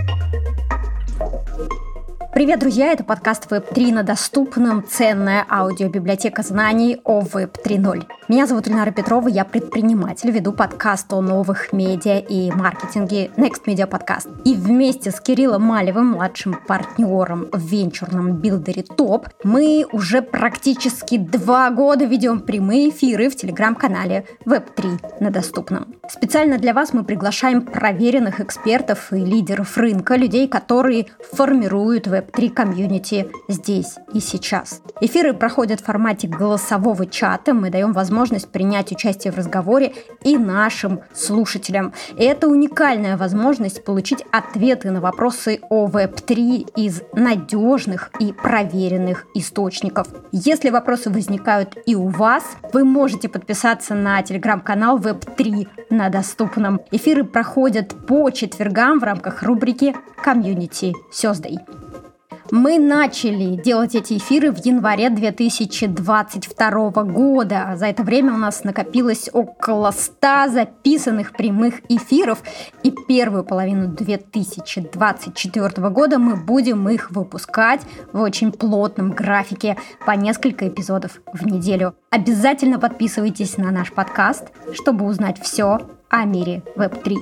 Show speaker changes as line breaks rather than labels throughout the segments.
Привет, друзья! Это подкаст Web3 на доступном, ценная аудиобиблиотека знаний о Web 3.0. Меня зовут Ильнара Петрова, я предприниматель, веду подкаст о новых медиа и маркетинге Next Media Podcast. И вместе с Кириллом Малевым, младшим партнером в венчурном билдере ТОП, мы уже практически 2 года ведем прямые эфиры в телеграм-канале Web3 на доступном. Специально для вас мы приглашаем проверенных экспертов и лидеров рынка, людей, которые формируют Web3 комьюнити здесь и сейчас. Эфиры проходят в формате голосового чата. Мы даем возможность принять участие в разговоре и нашим слушателям. И это уникальная возможность получить ответы на вопросы о Web3 из надежных и проверенных источников. Если вопросы возникают и у вас, вы можете подписаться на телеграм-канал Web3 на доступном. Эфиры проходят по четвергам в рамках рубрики «Комьюнити Thursday». Мы начали делать эти эфиры в январе 2022 года. За это время у нас накопилось около 100 записанных прямых эфиров. И первую половину 2024 года мы будем их выпускать в очень плотном графике по несколько эпизодов в неделю. Обязательно подписывайтесь на наш подкаст, чтобы узнать все о мире Web3.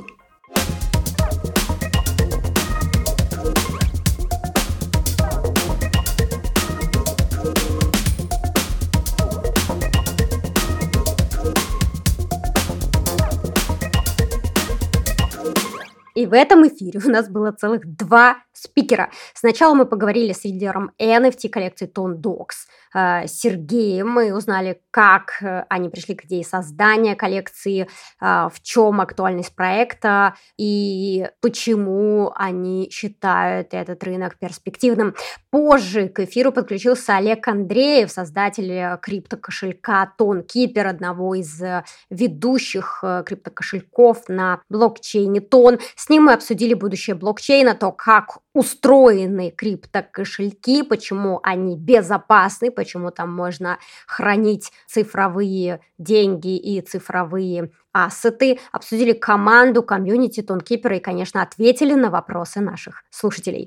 И в этом эфире у нас было целых 2 спикера. Сначала мы поговорили с лидером NFT коллекции Tondox Сергеем. Мы узнали, как они пришли к идее создания коллекции, в чем актуальность проекта и почему они считают этот рынок перспективным. Позже к эфиру подключился Олег Андреев, создатель криптокошелька TonKeeper, одного из ведущих криптокошельков на блокчейне Тон. С ним мы обсудили будущее блокчейна, то, как устроены криптокошельки, почему они безопасны, почему там можно хранить цифровые деньги и цифровые ассеты. Обсудили команду, комьюнити TonKeeper и, конечно, ответили на вопросы наших слушателей.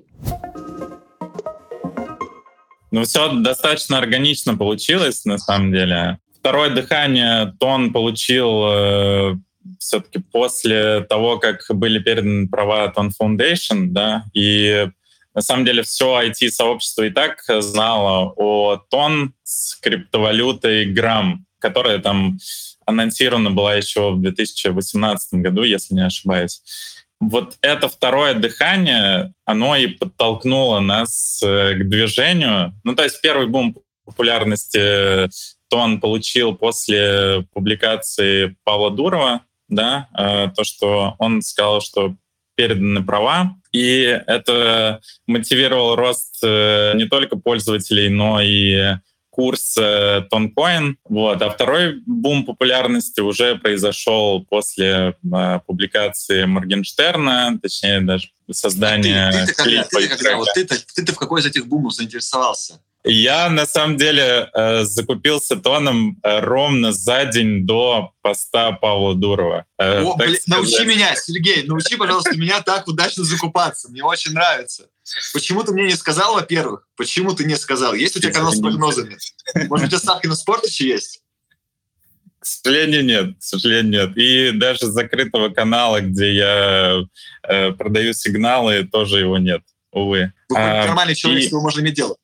Ну, все достаточно органично получилось, на самом деле. Второе дыхание Тон получил все-таки после того, как были переданы права Ton Foundation, да, и на самом деле все IT-сообщество и так знало о Ton с криптовалютой Gram, которая там анонсирована была еще в 2018 году, если не ошибаюсь. Вот это второе дыхание, оно и подтолкнуло нас к движению. Ну, то есть первый бум популярности Ton получил после публикации Павла Дурова, да, то, что он сказал, что переданы права, и это мотивировало рост не только пользователей, но и курс Toncoin. Вот. А второй бум популярности уже произошел после публикации Моргенштерна, точнее даже создания клипа.
Ты-то в какой из этих бумов заинтересовался?
Я, на самом деле, закупился Тоном ровно за день до поста Павла Дурова.
Научи меня, Сергей, научи, пожалуйста, меня так удачно закупаться. Мне очень нравится. Почему ты мне не сказал, во-первых? Почему ты не сказал? Есть у тебя канал с прогнозами? Может, у тебя ставки на спорт еще есть?
К сожалению, нет. И даже закрытого канала, где я продаю сигналы, тоже его нет, увы.
Нормальный человек, с кем можно иметь дело.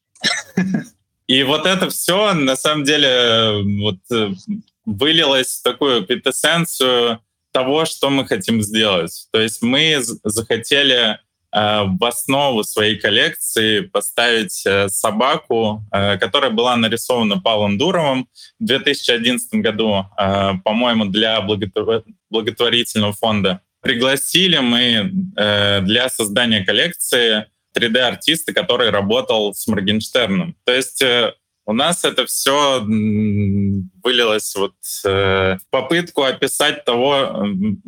И вот это все, на самом деле, вот, вылилось в такую квинтэссенцию того, что мы хотим сделать. То есть мы захотели в основу своей коллекции поставить собаку, которая была нарисована Павлом Дуровым в 2011 году, по-моему, для благотворительного фонда. Пригласили мы для создания коллекции 3D-артиста, который работал с Моргенштерном. То есть у нас это все вылилось вот в попытку описать то,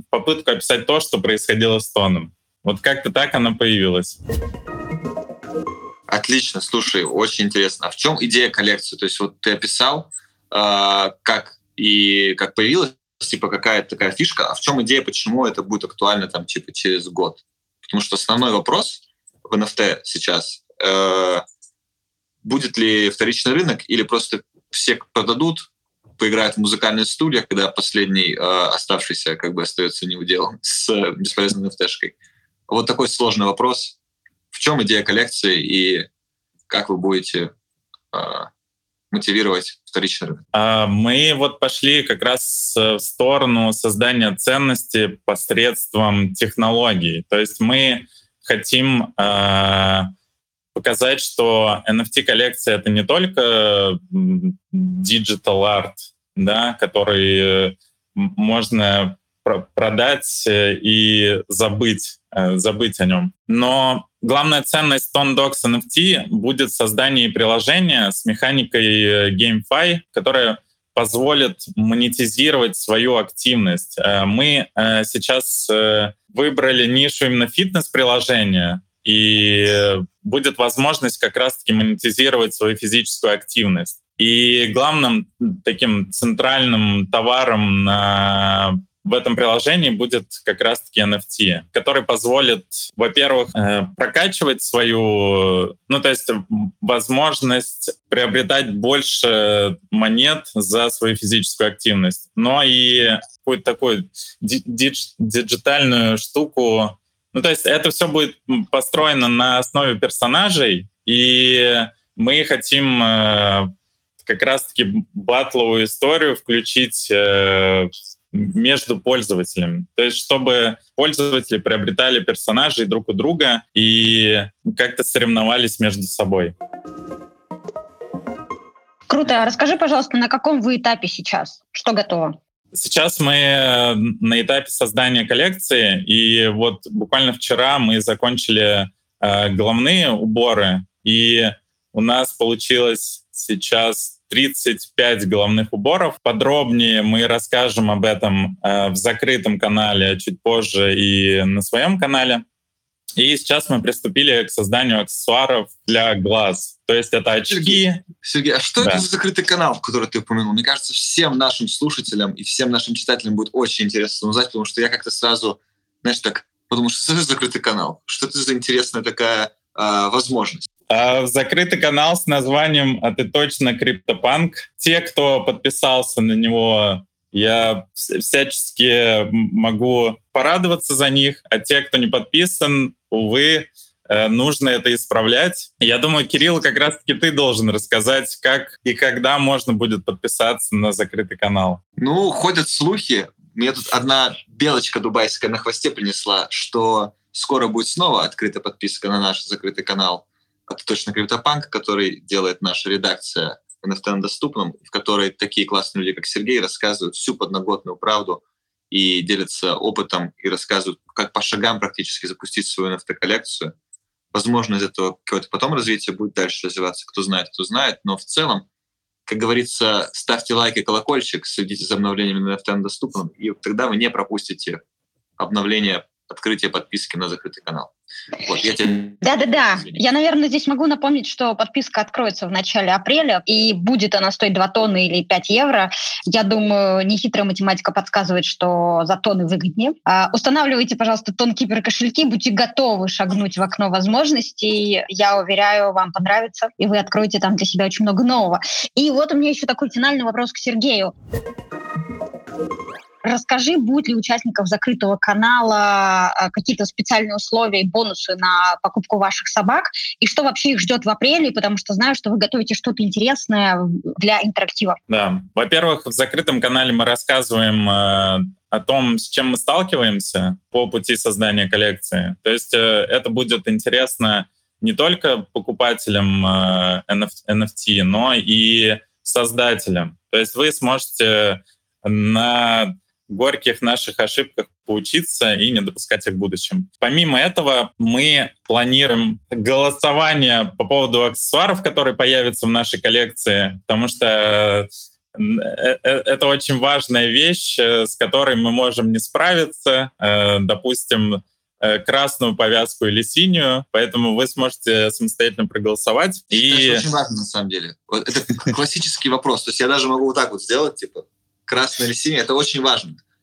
что происходило с Тоном. Вот как-то так оно появилось.
Отлично, слушай, очень интересно. А в чем идея коллекции? То есть вот ты описал, как появилась, типа какая-то такая фишка, а в чем идея, почему это будет актуально там типа через год? Потому что основной вопрос в NFT сейчас будет ли вторичный рынок или просто все продадут, поиграют в музыкальные студии, когда последний оставшийся как бы остается неуделом с бесполезной NFT-шкой. Вот такой сложный вопрос. В чем идея коллекции и как вы будете мотивировать вторичный рынок?
Мы вот пошли как раз в сторону создания ценности посредством технологий. То есть мы хотим показать, что NFT-коллекция — это не только digital art, да, который можно продать и забыть о нем. Но главная ценность ToneDocs NFT будет в создании приложения с механикой GameFi, которая позволит монетизировать свою активность. Мы сейчас выбрали нишу именно фитнес-приложения, и будет возможность как раз-таки монетизировать свою физическую активность. И главным таким центральным товаром в этом приложении будет как раз-таки NFT, который позволит, во-первых, прокачивать свою, то есть возможность приобретать больше монет за свою физическую активность, но и какую-то такую диджитальную штуку. То есть это все будет построено на основе персонажей, и мы хотим как раз-таки батловую историю включить между пользователями. То есть чтобы пользователи приобретали персонажей друг у друга и как-то соревновались между собой.
Круто. Расскажи, пожалуйста, на каком вы этапе сейчас? Что готово?
Сейчас мы на этапе создания коллекции, и вот буквально вчера мы закончили головные уборы, и у нас получилось сейчас 35 головных уборов. Подробнее мы расскажем об этом в закрытом канале чуть позже и на своем канале. И сейчас мы приступили к созданию аксессуаров для глаз. То есть это очки.
Сергей, а что это за закрытый канал, который ты упомянул? Мне кажется, всем нашим слушателям и всем нашим читателям будет очень интересно узнать, потому что я как-то сразу, подумал, что это за закрытый канал? Что это за интересная такая возможность?
Закрытый канал с названием «А ты точно криптопанк». Те, кто подписался на него, я всячески могу порадоваться за них, а те, кто не подписан, увы, нужно это исправлять. Я думаю, Кирилл, как раз-таки ты должен рассказать, как и когда можно будет подписаться на закрытый канал.
Ходят слухи. Мне тут одна белочка дубайская на хвосте принесла, что скоро будет снова открыта подписка на наш закрытый канал. Это точно криптопанк, который делает наша редакция NFT доступным, в которой такие классные люди, как Сергей, рассказывают всю подноготную правду и делятся опытом и рассказывают, как по шагам практически запустить свою NFT-коллекцию. Возможно, из этого какое-то потом развитие будет дальше развиваться. Кто знает, но в целом, как говорится, ставьте лайк и колокольчик, следите за обновлениями на NFT доступным, и тогда вы не пропустите обновление, открытие подписки на закрытый канал.
Да. Я, наверное, здесь могу напомнить, что подписка откроется в начале апреля, и будет она стоить 2 тонны или 5 евро. Я думаю, нехитрая математика подсказывает, что за тонны выгоднее. Устанавливайте, пожалуйста, TonKeeper кошельки, будьте готовы шагнуть в окно возможностей. Я уверяю, вам понравится, и вы откроете там для себя очень много нового. И вот у меня еще такой финальный вопрос к Сергею. Расскажи, будут ли у участников закрытого канала какие-то специальные условия и бонусы на покупку ваших собак, и что вообще их ждет в апреле, потому что знаю, что вы готовите что-то интересное для интерактива.
Да. Во-первых, в закрытом канале мы рассказываем о том, с чем мы сталкиваемся по пути создания коллекции. То есть это будет интересно не только покупателям NFT, но и создателям. То есть вы сможете на горьких наших ошибках поучиться и не допускать их в будущем. Помимо этого, мы планируем голосование по поводу аксессуаров, которые появятся в нашей коллекции, потому что это очень важная вещь, с которой мы можем не справиться. Допустим, красную повязку или синюю, поэтому вы сможете самостоятельно проголосовать.
Это очень важно, на самом деле. Это классический вопрос. То есть я даже могу вот так вот сделать, красный или синий, это очень важно.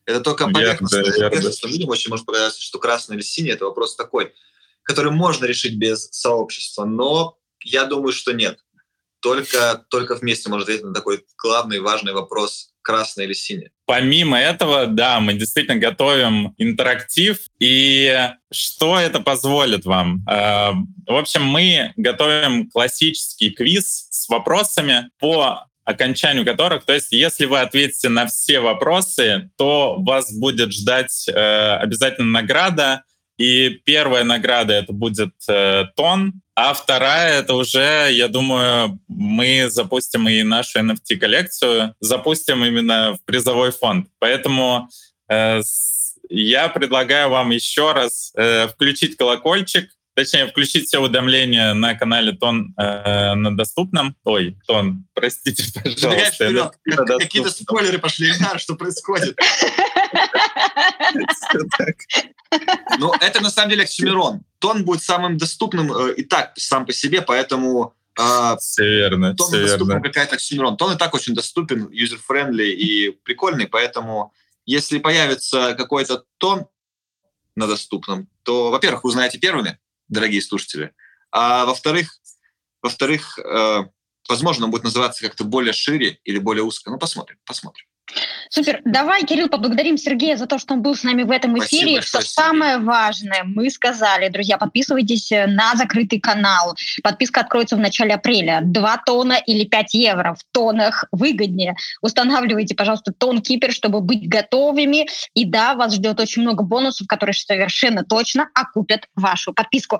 Это только поверхностно. Людям очень может показаться, что красный или синий — это вопрос такой, который можно решить без сообщества, но я думаю, что нет. Только вместе можно ответить на такой главный важный вопрос: красное или синее.
Помимо этого, да, мы действительно готовим интерактив. И что это позволит вам? В общем, мы готовим классический квиз с вопросами, по окончанию которых, то есть если вы ответите на все вопросы, то вас будет ждать обязательно награда. И первая награда — это будет тон, а вторая — это уже, я думаю, мы запустим и нашу NFT-коллекцию, запустим именно в призовой фонд. Поэтому я предлагаю вам еще раз включить колокольчик, точнее, включить все уведомления на канале Тон на доступном. Ой, Тон, простите, пожалуйста.
Какие-то спойлеры пошли, что происходит. Ну, это на самом деле оксюмирон. Тон будет самым доступным и так сам по себе, поэтому
все верно,
тон доступен какая-то оксюмирон. Тон и так очень доступен, юзер-френдли и прикольный, поэтому если появится какой-то тон на доступном, то, во-первых, вы узнаете первыми, дорогие слушатели, а во-вторых, возможно, он будет называться как-то более шире или более узко. Ну, посмотрим.
Супер. Давай, Кирилл, поблагодарим Сергея за то, что он был с нами в этом эфире. Что самое важное, мы сказали, друзья, подписывайтесь на закрытый канал. Подписка откроется в начале апреля. 2 тона или 5 евро. В тонах выгоднее. Устанавливайте, пожалуйста, Тон Кипер, чтобы быть готовыми. И да, вас ждет очень много бонусов, которые совершенно точно окупят вашу подписку.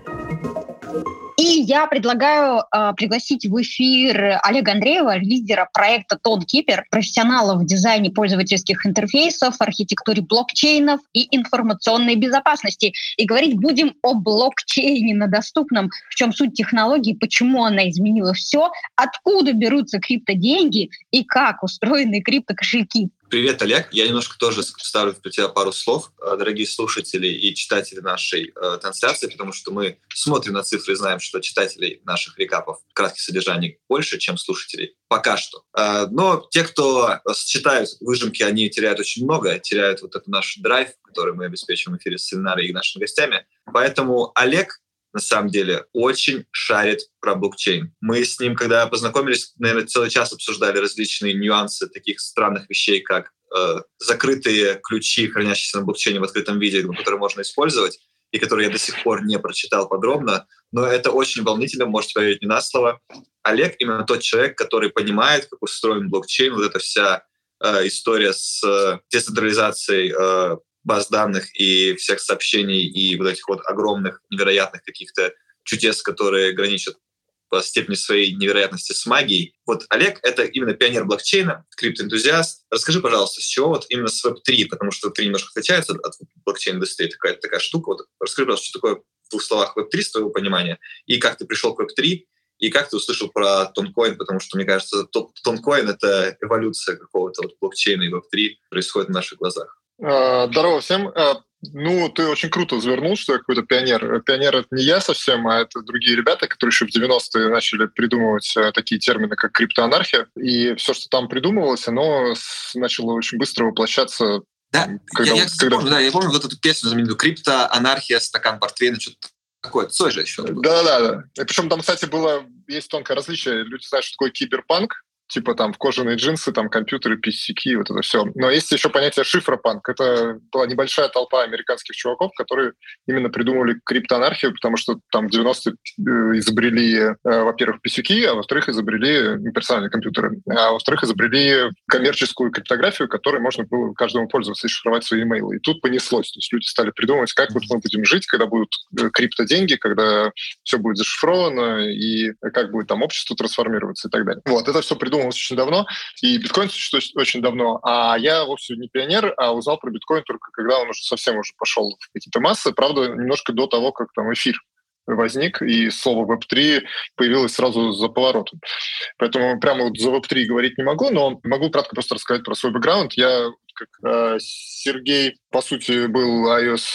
И я предлагаю пригласить в эфир Олега Андреева, лидера проекта Тон Кипер, профессионала в дизайне пользовательских интерфейсов, архитектуре блокчейнов и информационной безопасности. И говорить будем о блокчейне на доступном, в чем суть технологии, почему она изменила все, откуда берутся криптоденьги и как устроены криптокошельки.
Привет, Олег. Я немножко тоже вставлю в тебя пару слов, дорогие слушатели и читатели нашей трансляции, потому что мы смотрим на цифры и знаем, что читателей наших рекапов кратких содержаний больше, чем слушателей. Пока что. Но те, кто читают выжимки, они теряют очень много, теряют вот этот наш драйв, который мы обеспечиваем в эфире с Ильнарой и нашими гостями. Поэтому Олег, на самом деле, очень шарит про блокчейн. Мы с ним, когда познакомились, наверное, целый час обсуждали различные нюансы таких странных вещей, как закрытые ключи, хранящиеся на блокчейне в открытом виде, которые можно использовать, и которые я до сих пор не прочитал подробно. Но это очень волнительно, можете поверить мне на слово. Олег именно тот человек, который понимает, как устроен блокчейн, вот эта вся история с децентрализацией баз данных и всех сообщений и вот этих вот огромных, невероятных каких-то чудес, которые граничат по степени своей невероятности с магией. Вот Олег — это именно пионер блокчейна, криптоэнтузиаст. Расскажи, пожалуйста, с чего вот именно с Web3, потому что Web3 немножко отличается от блокчейн-индустрии, такая штука. Вот расскажи, пожалуйста, что такое в 2 словах Web3 с твоего понимания, и как ты пришел к Web3, и как ты услышал про тонкоин, потому что, мне кажется, тонкоин — это эволюция какого-то вот блокчейна, и Web3 происходит на наших глазах.
Здорово всем. Ну, ты очень круто завернул, что я какой-то пионер. Пионер — это не я совсем, а это другие ребята, которые еще в 90-е начали придумывать такие термины, как криптоанархия. И все, что там придумывалось, оно начало очень быстро воплощаться.
Да, я помню вот эту песню знаменитую «Криптоанархия, стакан портвейна», что-то такое. Цой же еще.
Да. И причем там, кстати, есть тонкое различие. Люди знают, что такое киберпанк, типа там в кожаные джинсы, там компьютеры, писяки, вот это все. Но есть еще понятие шифропанк. Это была небольшая толпа американских чуваков, которые именно придумали криптоанархию, потому что там в 90-е изобрели, во-первых, писюки, а во-вторых, изобрели персональные компьютеры, а во-вторых, изобрели коммерческую криптографию, которой можно было каждому пользоваться и шифровать свои имейлы. И тут понеслось. То есть люди стали придумывать, как вот мы будем жить, когда будут криптоденьги, когда все будет зашифровано, и как будет там общество трансформироваться и так далее. Вот, это все придумывалось очень давно, и биткоин существует очень давно. А я вовсе не пионер, а узнал про биткоин только когда он уже совсем пошел в какие-то массы. Правда, немножко до того, как там эфир возник, и слово Web3 появилось сразу за поворотом. Поэтому прямо вот за Web3 говорить не могу, но могу кратко просто рассказать про свой бэкграунд. Я как Сергей, по сути, был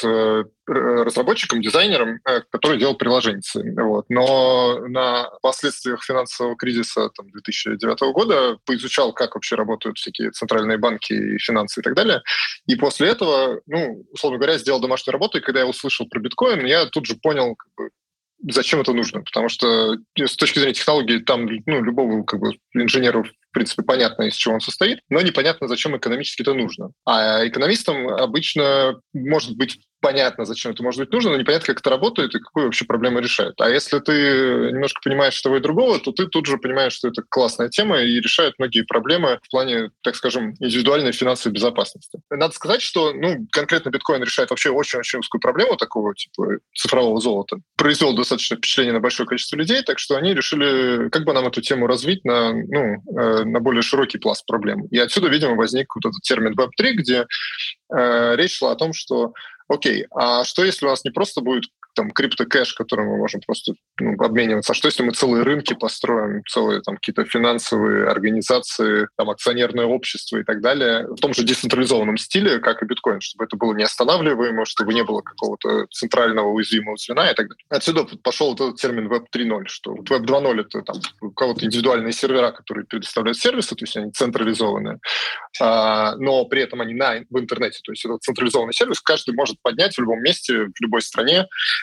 iOS-разработчиком, дизайнером, который делал приложения. Вот. Но на последствиях финансового кризиса 2009 года поизучал, как вообще работают всякие центральные банки и финансы и так далее. И после этого, условно говоря, сделал домашнюю работу, и когда я услышал про биткоин, я тут же понял, зачем это нужно. Потому что с точки зрения технологии, там любому инженеру в принципе, понятно, из чего он состоит, но непонятно, зачем экономически это нужно. А экономистам обычно может быть понятно, зачем это может быть нужно, но непонятно, как это работает и какую вообще проблему решает. А если ты немножко понимаешь того и другого, то ты тут же понимаешь, что это классная тема и решает многие проблемы в плане, так скажем, индивидуальной финансовой безопасности. Надо сказать, что конкретно биткоин решает вообще очень-очень узкую проблему такого типа цифрового золота. Произвел достаточно впечатление на большое количество людей, так что они решили, как бы нам эту тему развить на более широкий пласт проблем. И отсюда, видимо, возник вот этот термин Web3, где речь шла о том, что окей, а что если у нас не просто будет криптокэш, которым мы можем просто обмениваться, а что если мы целые рынки построим, целые какие-то финансовые организации, акционерное общество и так далее, в том же децентрализованном стиле, как и биткоин, чтобы это было неостанавливаемо, чтобы не было какого-то центрального уязвимого звена и так далее. Отсюда пошел вот этот термин Web 3.0, что Web 2.0 — это у кого-то индивидуальные сервера, которые предоставляют сервисы, то есть они централизованные, но при этом они в интернете, то есть это централизованный сервис, каждый может поднять в любом месте, в любой стране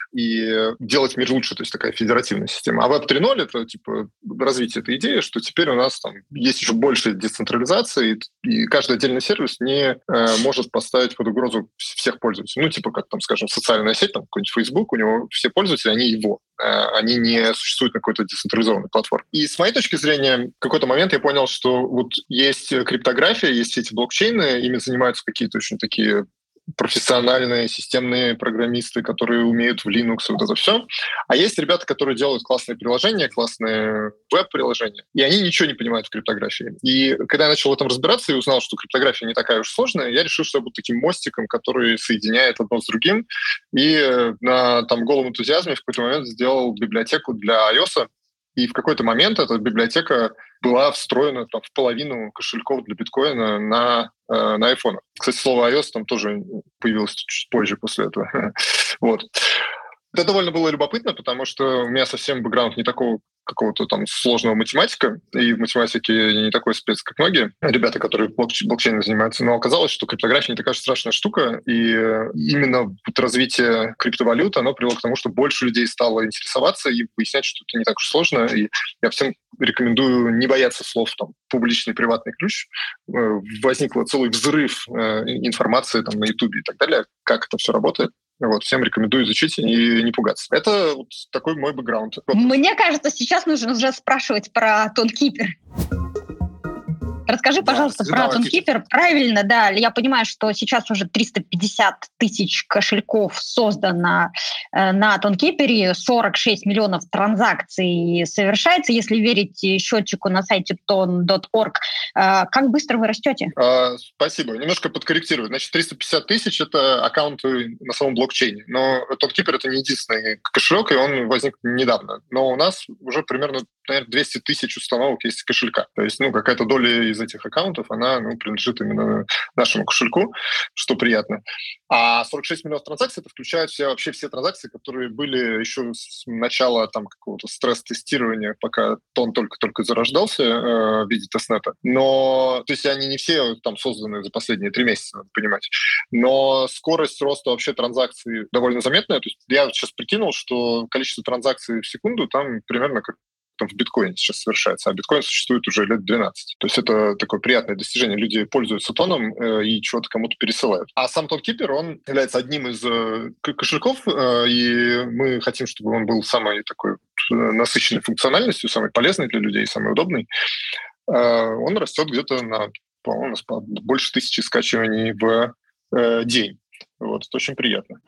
и делать мир лучше, то есть такая федеративная система. А Web 3.0 — это развитие этой идеи, что теперь у нас есть еще больше децентрализации, и каждый отдельный сервис не может поставить под угрозу всех пользователей. Как скажем, социальная сеть, какой-нибудь Facebook, у него все пользователи, они его. Они не существуют на какой-то децентрализованной платформе. И с моей точки зрения, в какой-то момент я понял, что есть криптография, есть все эти блокчейны, ими занимаются какие-то очень такие профессиональные системные программисты, которые умеют в Linux, вот это все. А есть ребята, которые делают классные приложения, классные веб-приложения, и они ничего не понимают в криптографии. И когда я начал в этом разбираться и узнал, что криптография не такая уж сложная, я решил, что я буду таким мостиком, который соединяет одно с другим. И на голом энтузиазме в какой-то момент сделал библиотеку для iOS. И в какой-то момент эта библиотека была встроена в половину кошельков для биткоина на iPhone. Кстати, слово iOS там тоже появилось чуть позже после этого. Вот. Это довольно было любопытно, потому что у меня совсем бэкграунд не такого какого-то сложного математика, и в математике я не такой спец, как многие ребята, которые блокчейном занимаются, но оказалось, что криптография не такая страшная штука, и именно развитие криптовалют, оно привело к тому, что больше людей стало интересоваться и выяснять, что это не так уж сложно, и я всем рекомендую не бояться слов публичный, приватный ключ. Возникл целый взрыв информации на Ютубе и так далее, как это все работает. Всем рекомендую изучить и не пугаться. Это такой мой бэкграунд.
Мне кажется, сейчас нужно уже спрашивать про ToneKeeper. Расскажи, пожалуйста, про ToneKeeper. Правильно, да. Я понимаю, что сейчас уже 350 тысяч кошельков создано на ToneKeeper, 46 миллионов транзакций совершается, если верить счетчику на сайте ton.org. Как быстро вы растете?
Спасибо. Немножко подкорректирую. Значит, 350 тысяч — это аккаунты на самом блокчейне. Но ToneKeeper — это не единственный кошелек, и он возник недавно. Но у нас уже примерно, наверное, 200 тысяч установок есть кошелька. То есть, какая-то доля из этих аккаунтов, она принадлежит именно нашему кошельку, что приятно. А 46 миллионов транзакций — это включает вообще все транзакции, которые были еще с начала какого-то стресс-тестирования, пока Тон только-только зарождался в виде тестнета. Но, то есть они не все созданы за последние 3 месяца, надо понимать. Но скорость роста вообще транзакций довольно заметная. То есть я сейчас прикинул, что количество транзакций в секунду примерно как в биткоине сейчас совершается, а биткоин существует уже лет 12. То есть это такое приятное достижение. Люди пользуются тоном и чего-то кому-то пересылают. А сам ToneKeeper, он является одним из кошельков, и мы хотим, чтобы он был самой такой насыщенной функциональностью, самый полезный для людей, самый удобный. Он растет где-то по-моему, у нас больше 1000 скачиваний в день. Это очень приятно.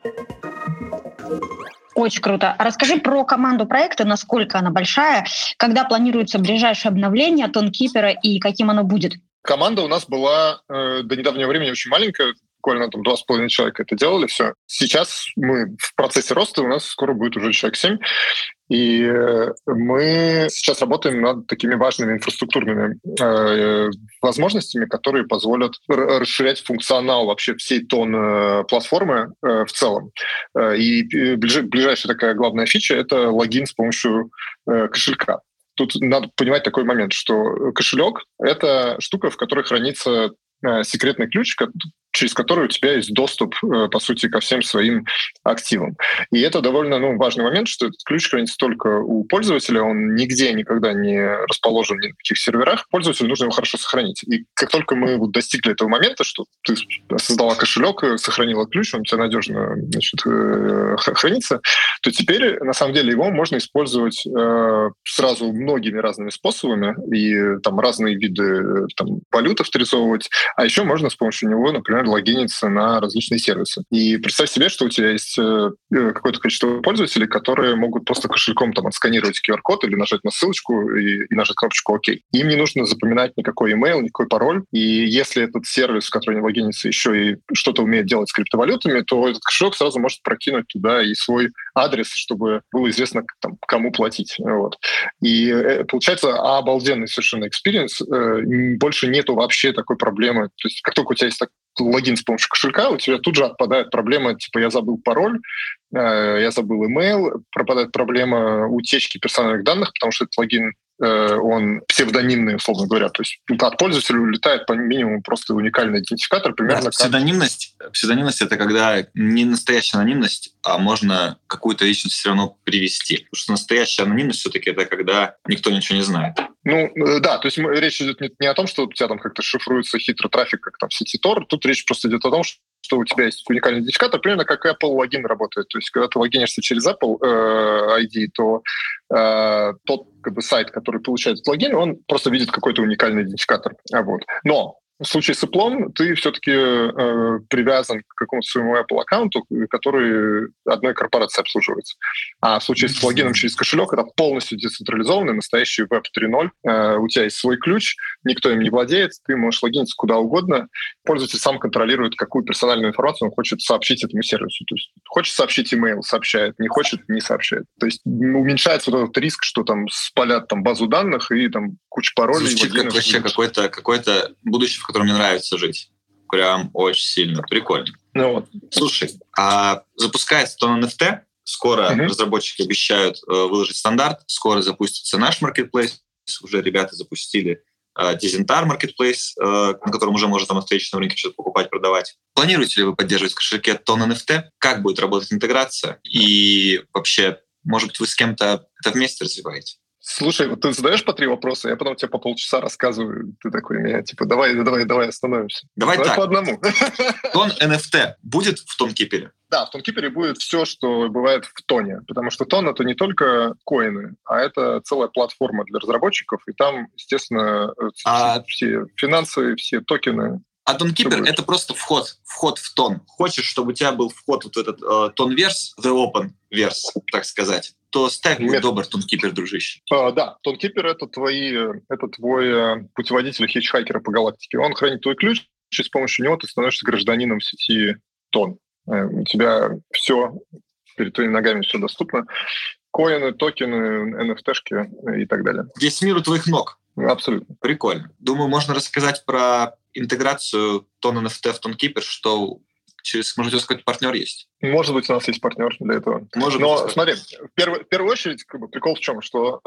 Очень круто. А расскажи про команду проекта, насколько она большая, когда планируется ближайшее обновление ToneKeeper и каким оно будет?
Команда у нас была до недавнего времени очень маленькая, буквально 2,5 человека это делали, все. Сейчас мы в процессе роста, у нас скоро будет уже человек 7. И мы сейчас работаем над такими важными инфраструктурными возможностями, которые позволят расширять функционал вообще всей платформы в целом. И ближайшая такая главная фича — это логин с помощью кошелька. Тут надо понимать такой момент, что кошелек — это штука, в которой хранится секретный ключ, через который у тебя есть доступ, по сути, ко всем своим активам. И это довольно важный момент, что этот ключ хранится только у пользователя, он нигде никогда не расположен ни на каких серверах. Пользователю нужно его хорошо сохранить. И как только мы достигли этого момента, что ты создала кошелек, сохранила ключ, он у тебя надежно, хранится, то теперь, на самом деле, его можно использовать сразу многими разными способами, и там разные виды валют авторизовывать, а еще можно с помощью него, например, логиниться на различные сервисы. И представь себе, что у тебя есть какое-то количество пользователей, которые могут просто кошельком отсканировать QR-код или нажать на ссылочку и нажать кнопочку «Ок». Им не нужно запоминать никакой email, никакой пароль. И если этот сервис, в который они логинятся, еще и что-то умеет делать с криптовалютами, то этот кошелек сразу может прокинуть туда и свой адрес, чтобы было известно, кому платить. Вот. И получается обалденный совершенно экспириенс. Больше нету вообще такой проблемы. То есть как только у тебя есть логин с помощью кошелька, у тебя тут же отпадает проблема, я забыл пароль, я забыл email, пропадает проблема утечки персональных данных, потому что этот логин, он псевдонимный, условно говоря. То есть от пользователя улетает по минимуму просто уникальный идентификатор. Примерно
да, псевдонимность — это когда не настоящая анонимность, а можно какую-то личность все равно привести. Потому что настоящая анонимность все-таки это когда никто ничего не знает.
Да, то есть речь идет не о том, что у тебя как-то шифруется хитро трафик, как в сети Tor. Тут речь просто идет о том, что у тебя есть уникальный идентификатор, примерно как Apple логин работает. То есть когда ты логинишься через Apple ID, то тот сайт, который получает этот логин, он просто видит какой-то уникальный идентификатор. Вот. Но в случае с Apple ты все-таки привязан к какому-то своему Apple аккаунту, который одной корпорацией обслуживается. А в случае с логином через кошелек это полностью децентрализованный, настоящий Web 3.0. У тебя есть свой ключ, никто им не владеет, ты можешь логиниться куда угодно. Пользователь сам контролирует, какую персональную информацию он хочет сообщить этому сервису. То есть хочет сообщить email — сообщает, не хочет — не сообщает. То есть уменьшается вот этот риск, что спалят базу данных и куча паролей.
Звучит как вообще какое-то будущее, в котором мне нравится жить. Прям очень сильно. Прикольно. Слушай, а запускается Ton NFT. Скоро разработчики обещают выложить стандарт. Скоро запустится наш marketplace. Уже ребята запустили Dezentar marketplace, на котором уже можно на встречном рынке что-то покупать, продавать. Планируете ли вы поддерживать в кошельке Ton NFT? Как будет работать интеграция? И вообще, может быть, вы с кем-то это вместе развиваете?
Слушай, ты задаешь по 3 вопроса, я потом тебе по полчаса рассказываю. Ты такой меня, давай остановимся.
Давай так.
По одному.
Ton NFT будет в TonKeeper?
Да, в TonKeeper будет все, что бывает в Тоне, потому что Ton — это не только коины, а это целая платформа для разработчиков, и там, естественно, все финансы, все токены.
А TonKeeper — это просто вход в Ton. Хочешь, чтобы у тебя был вход в этот Tonverse, the open verse, так сказать, то ставь будет добр TonKeeper, дружище.
Да, TonKeeper — это твой путеводитель хитчхайкера по галактике. Он хранит твой ключ, и с помощью него ты становишься гражданином сети Ton. У тебя все перед твоими ногами, все доступно. Коины, токены, NFT-шки и так далее.
Весь мир у твоих ног.
Абсолютно.
Прикольно. Думаю, можно рассказать про интеграцию Ton NFT в TonKeeper, что может быть, какой-то партнер есть?
Может быть, у нас есть партнер для этого. Но смотри, в первую очередь, прикол в чем, что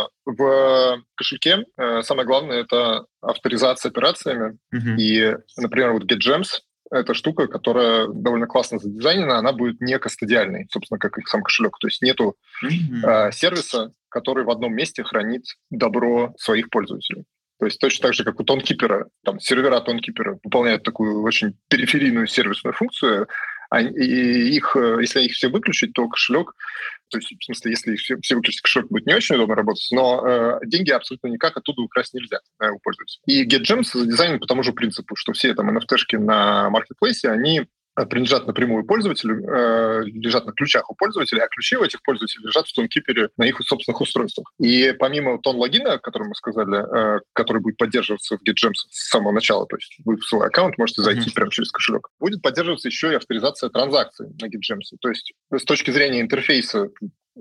в кошельке самое главное — это авторизация операциями. И, например, GetGems — это штука, которая довольно классно задизайнена, она будет не кастодиальной, собственно, как и сам кошелек. То есть нету сервиса, который в одном месте хранит добро своих пользователей. То есть точно так же, как у TonKeeper, сервера TonKeeper выполняют такую очень периферийную сервисную функцию, и если их все выключить, то кошелек, то есть, в смысле, если их все выключить, кошелек будет не очень удобно работать, но деньги абсолютно никак оттуда украсть нельзя у пользователя. И GetGems задизайнен по тому же принципу, что все NFT-шки на маркетплейсе, они принадлежат напрямую пользователю, лежат на ключах у пользователя, а ключи у этих пользователей лежат в TonKeeper на их собственных устройствах. И помимо Ton-логина, о котором мы сказали, который будет поддерживаться в GetGems с самого начала, то есть вы в свой аккаунт можете зайти прямо через кошелек, будет поддерживаться еще и авторизация транзакций на GetGems. То есть с точки зрения интерфейса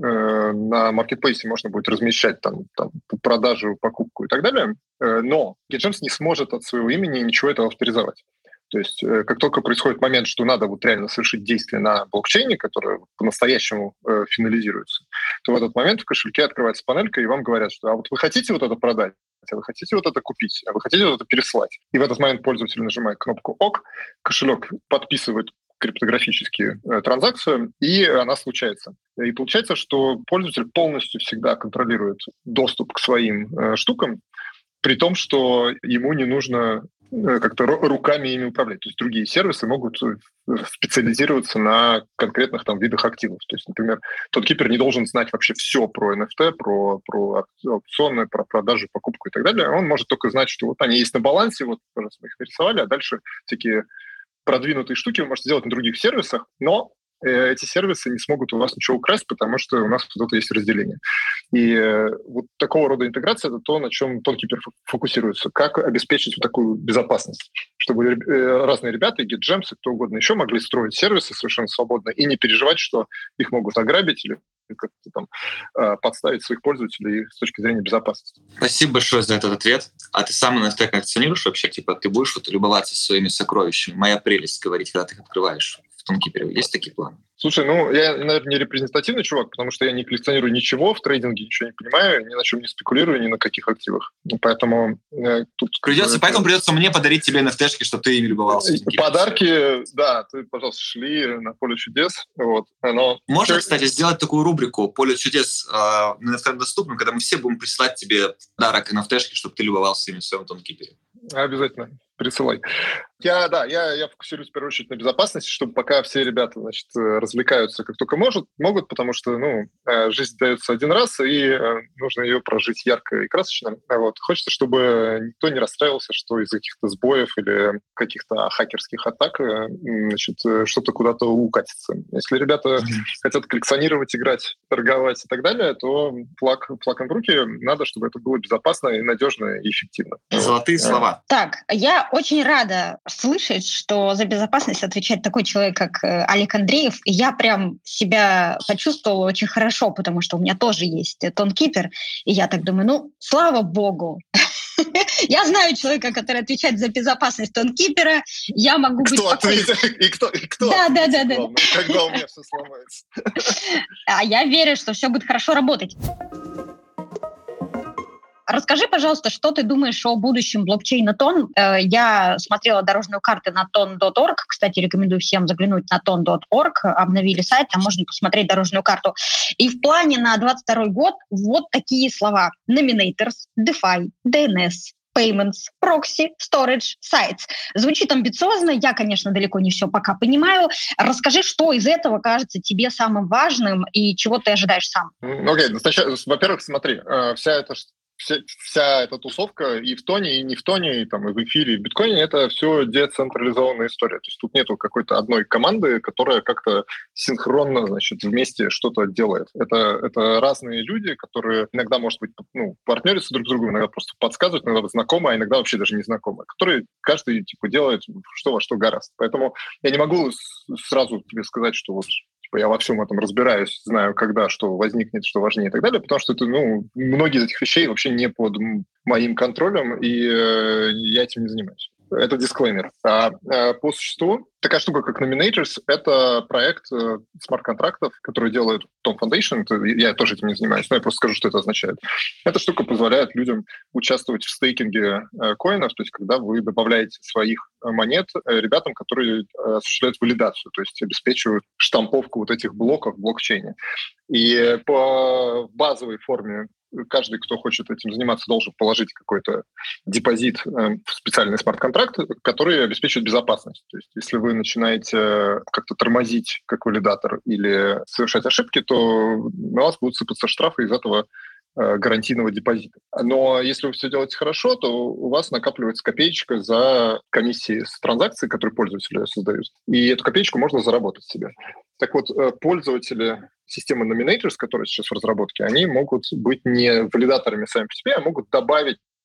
на маркетплейсе можно будет размещать там продажу, покупку и так далее, но GetGems не сможет от своего имени ничего этого авторизовать. То есть как только происходит момент, что надо вот реально совершить действие на блокчейне, которое по-настоящему финализируется, то в этот момент в кошельке открывается панелька, и вам говорят, что а вот вы хотите вот это продать, а вы хотите вот это купить, а вы хотите вот это переслать. И в этот момент пользователь нажимает кнопку «Ок», кошелек подписывает криптографически транзакцию, и она случается. И получается, что пользователь полностью всегда контролирует доступ к своим штукам, при том, что ему не нужно как-то руками ими управлять. То есть другие сервисы могут специализироваться на конкретных там видах активов. То есть, например, ToneKeeper не должен знать вообще все про NFT, про аукционы, про продажу, покупку и так далее. Он может только знать, что вот они есть на балансе, вот, пожалуйста, мы их нарисовали, а дальше всякие продвинутые штуки вы можете делать на других сервисах, но эти сервисы не смогут у вас ничего украсть, потому что у нас тут есть разделение. И вот такого рода интеграция — это то, на чем ToneKeeper фокусируется. Как обеспечить вот такую безопасность, чтобы разные ребята, и GetGems, и кто угодно еще могли строить сервисы совершенно свободно и не переживать, что их могут ограбить или как-то там подставить своих пользователей с точки зрения безопасности.
Спасибо большое за этот ответ. А ты сам NFT коллекционируешь вообще? Типа ты будешь вот любоваться своими сокровищами? Моя прелесть говорить, когда ты их открываешь в ToneKeeper. Есть такие планы?
Слушай, я, наверное, не репрезентативный чувак, потому что я не коллекционирую ничего в трейдинге, ничего не понимаю, ни на чем не спекулирую, ни на каких активах. Поэтому тут...
Поэтому придется мне подарить тебе NFT-шки, чтобы ты ими любовался.
Подарки, да, ты, пожалуйста, шли на поле чудес. Вот, но...
Можно, кстати, сделать такую рубрику «Поле чудес» на NFT доступном, когда мы все будем присылать тебе подарок NFT-шки, чтобы ты любовался ими в своем ToneKeeper.
Обязательно. Присылай. Я фокусируюсь в первую очередь на безопасности, чтобы пока все ребята, значит, развлекаются как только могут, потому что, жизнь дается один раз, и нужно ее прожить ярко и красочно. Вот. Хочется, чтобы никто не расстраивался, что из-за каких-то сбоев или каких-то хакерских атак, значит, что-то куда-то укатится. Если ребята хотят коллекционировать, играть, торговать и так далее, то флаг им в руки. Надо, чтобы это было безопасно и надежно и эффективно.
Золотые слова.
Так, я очень рада слышать, что за безопасность отвечает такой человек, как Олег Андреев. И я прям себя почувствовала очень хорошо, потому что у меня тоже есть ToneKeeper. И я так думаю, слава богу. Я знаю человека, который отвечает за безопасность ToneKeeper. Я могу быть спокойной.
И кто?
Да.
Когда у меня все сломается.
А я верю, что все будет хорошо работать. Расскажи, пожалуйста, что ты думаешь о будущем блокчейна Ton? Я смотрела дорожную карту на ton.org. Кстати, рекомендую всем заглянуть на ton.org. Обновили сайт, там можно посмотреть дорожную карту. И в плане на 2022 год вот такие слова. Nominators, DeFi, DNS, Payments, Proxy, Storage, Sites. Звучит амбициозно, я, конечно, далеко не все пока понимаю. Расскажи, что из этого кажется тебе самым важным и чего ты ожидаешь сам?
Окей, во-первых, смотри, вся эта тусовка и в Тоне, и не в Тоне, и в эфире, и в биткоине — это все децентрализованная история. То есть тут нету какой-то одной команды, которая как-то синхронно, значит, вместе что-то делает. Это разные люди, которые иногда, может быть, партнерятся друг с другом, иногда просто подсказывают, иногда знакомы, а иногда вообще даже не знакомы, которые каждый делает что во что гораздо. Поэтому я не могу сразу тебе сказать, что вот я во всем этом разбираюсь, знаю, когда что возникнет, что важнее и так далее, потому что это, многие из этих вещей вообще не под моим контролем, и я этим не занимаюсь. Это дисклеймер. А по существу, такая штука, как Nominators, это проект смарт-контрактов, который делает Tom Foundation. Я тоже этим не занимаюсь, но я просто скажу, что это означает. Эта штука позволяет людям участвовать в стейкинге коинов, то есть когда вы добавляете своих монет ребятам, которые осуществляют валидацию, то есть обеспечивают штамповку вот этих блоков в блокчейне. И по базовой форме каждый, кто хочет этим заниматься, должен положить какой-то депозит в специальный смарт-контракт, который обеспечивает безопасность. То есть если вы начинаете как-то тормозить как валидатор или совершать ошибки, то на вас будут сыпаться штрафы из этого гарантийного депозита. Но если вы все делаете хорошо, то у вас накапливается копеечка за комиссии с транзакций, которые пользователи создают. И эту копеечку можно заработать себе. Так вот, пользователи системы Nominators, которые сейчас в разработке, они могут быть не валидаторами сами по себе, а могут добавить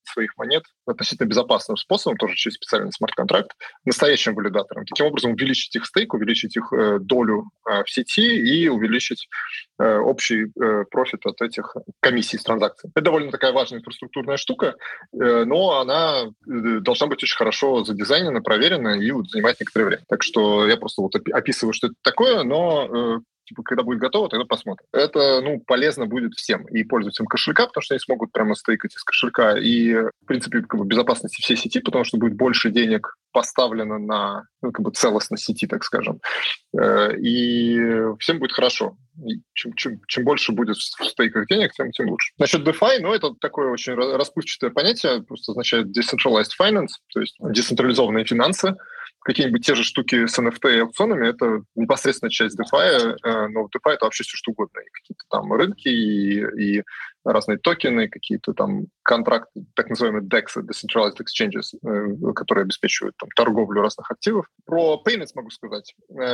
своих монет относительно безопасным способом, тоже через специальный смарт-контракт, настоящим валидатором. Таким образом, увеличить их стейк, увеличить их долю в сети и увеличить общий профит от этих комиссий с транзакций. Это довольно такая важная инфраструктурная штука, но она должна быть очень хорошо задизайнена, проверена и занимать некоторое время. Так что я просто описываю, что это такое, но когда будет готово, тогда посмотрим. Это, полезно будет всем. И пользователям кошелька, потому что они смогут прямо стейкать из кошелька, и, в принципе, безопасности всей сети, потому что будет больше денег поставлено на целостность сети, так скажем. И всем будет хорошо. И чем больше будет в стейках денег, тем лучше. Насчет DeFi, это такое очень расплывчатое понятие, просто означает decentralized finance, то есть децентрализованные финансы. Какие-нибудь те же штуки с NFT и аукционами — это непосредственно часть DeFi, но DeFi — это вообще все что угодно. И какие-то там рынки, и разные токены, какие-то там контракты, так называемые DEX, Decentralized Exchanges, которые обеспечивают там торговлю разных активов. Про Payments могу сказать.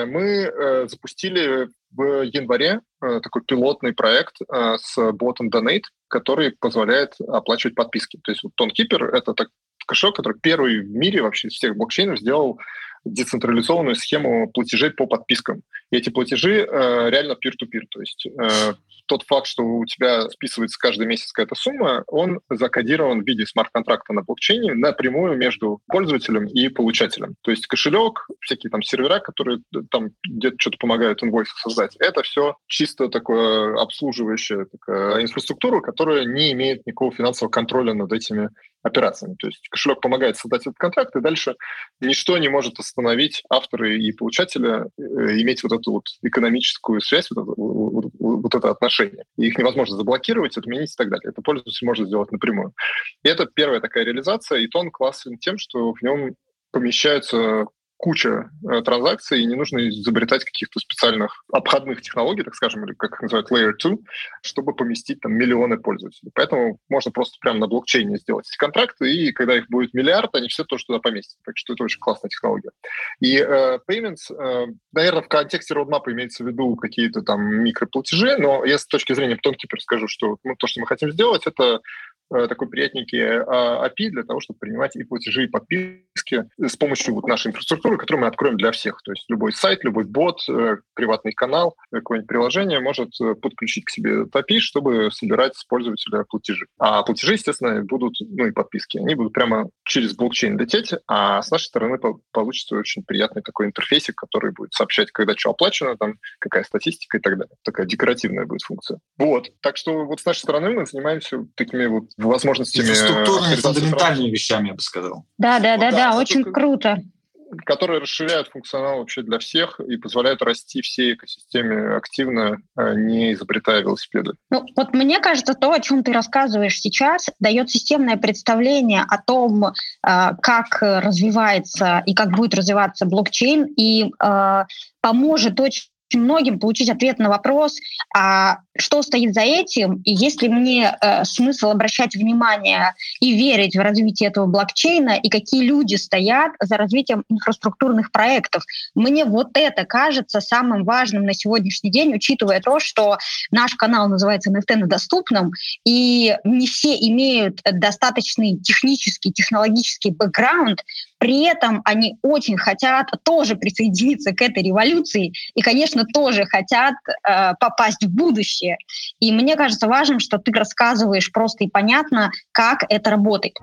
Мы запустили в январе такой пилотный проект с ботом Donate, который позволяет оплачивать подписки. То есть TonKeeper — это кошелек, который первый в мире вообще из всех блокчейнов сделал децентрализованную схему платежей по подпискам. И эти платежи реально peer-to-peer. То есть тот факт, что у тебя списывается каждый месяц какая-то сумма, он закодирован в виде смарт-контракта на блокчейне напрямую между пользователем и получателем. То есть кошелек, всякие там сервера, которые там где-то что-то помогают инвойсы создать, это все чисто такое обслуживающая такая инфраструктура, которая не имеет никакого финансового контроля над этими операциями. То есть кошелек помогает создать этот контракт, и дальше ничто не может остановить автора и получателя иметь эту экономическую связь, это отношение. И их невозможно заблокировать, отменить и так далее. Это пользователь может сделать напрямую. И это первая такая реализация, и Тон классен тем, что в нем помещаются куча транзакций, и не нужно изобретать каких-то специальных обходных технологий, так скажем, или как их называют Layer 2, чтобы поместить там миллионы пользователей. Поэтому можно просто прямо на блокчейне сделать эти контракты, и когда их будет миллиард, они все тоже туда поместят. Так что это очень классная технология. И Payments, наверное, в контексте roadmap имеется в виду какие-то там микроплатежи, но я с точки зрения TonKeeper скажу, что то, что мы хотим сделать, это такой приятненький API для того, чтобы принимать и платежи, и подписки с помощью нашей инфраструктуры, которую мы откроем для всех. То есть любой сайт, любой бот, приватный канал, какое-нибудь приложение может подключить к себе этот API, чтобы собирать с пользователя платежи. А платежи, естественно, будут, и подписки, они будут прямо через блокчейн лететь, а с нашей стороны получится очень приятный такой интерфейсик, который будет сообщать, когда что оплачено, там, какая статистика и так далее. Такая декоративная будет функция. Так что с нашей стороны мы занимаемся такими возможностями...
Инфраструктурными, фундаментальными вещами, я бы сказал.
Да, очень круто.
Которые расширяют функционал вообще для всех и позволяют расти всей экосистеме активно, не изобретая велосипеды.
Мне кажется, то, о чем ты рассказываешь сейчас, дает системное представление о том, как развивается и как будет развиваться блокчейн, и поможет очень многим получить ответ на вопрос, а что стоит за этим, и есть ли мне смысл обращать внимание и верить в развитие этого блокчейна, и какие люди стоят за развитием инфраструктурных проектов. Мне это кажется самым важным на сегодняшний день, учитывая то, что наш канал называется NFT на доступном, и не все имеют достаточный технический, технологический бэкграунд, при этом они очень хотят тоже присоединиться к этой революции и, конечно, тоже хотят попасть в будущее. И мне кажется важным, что ты рассказываешь просто и понятно, как это работает.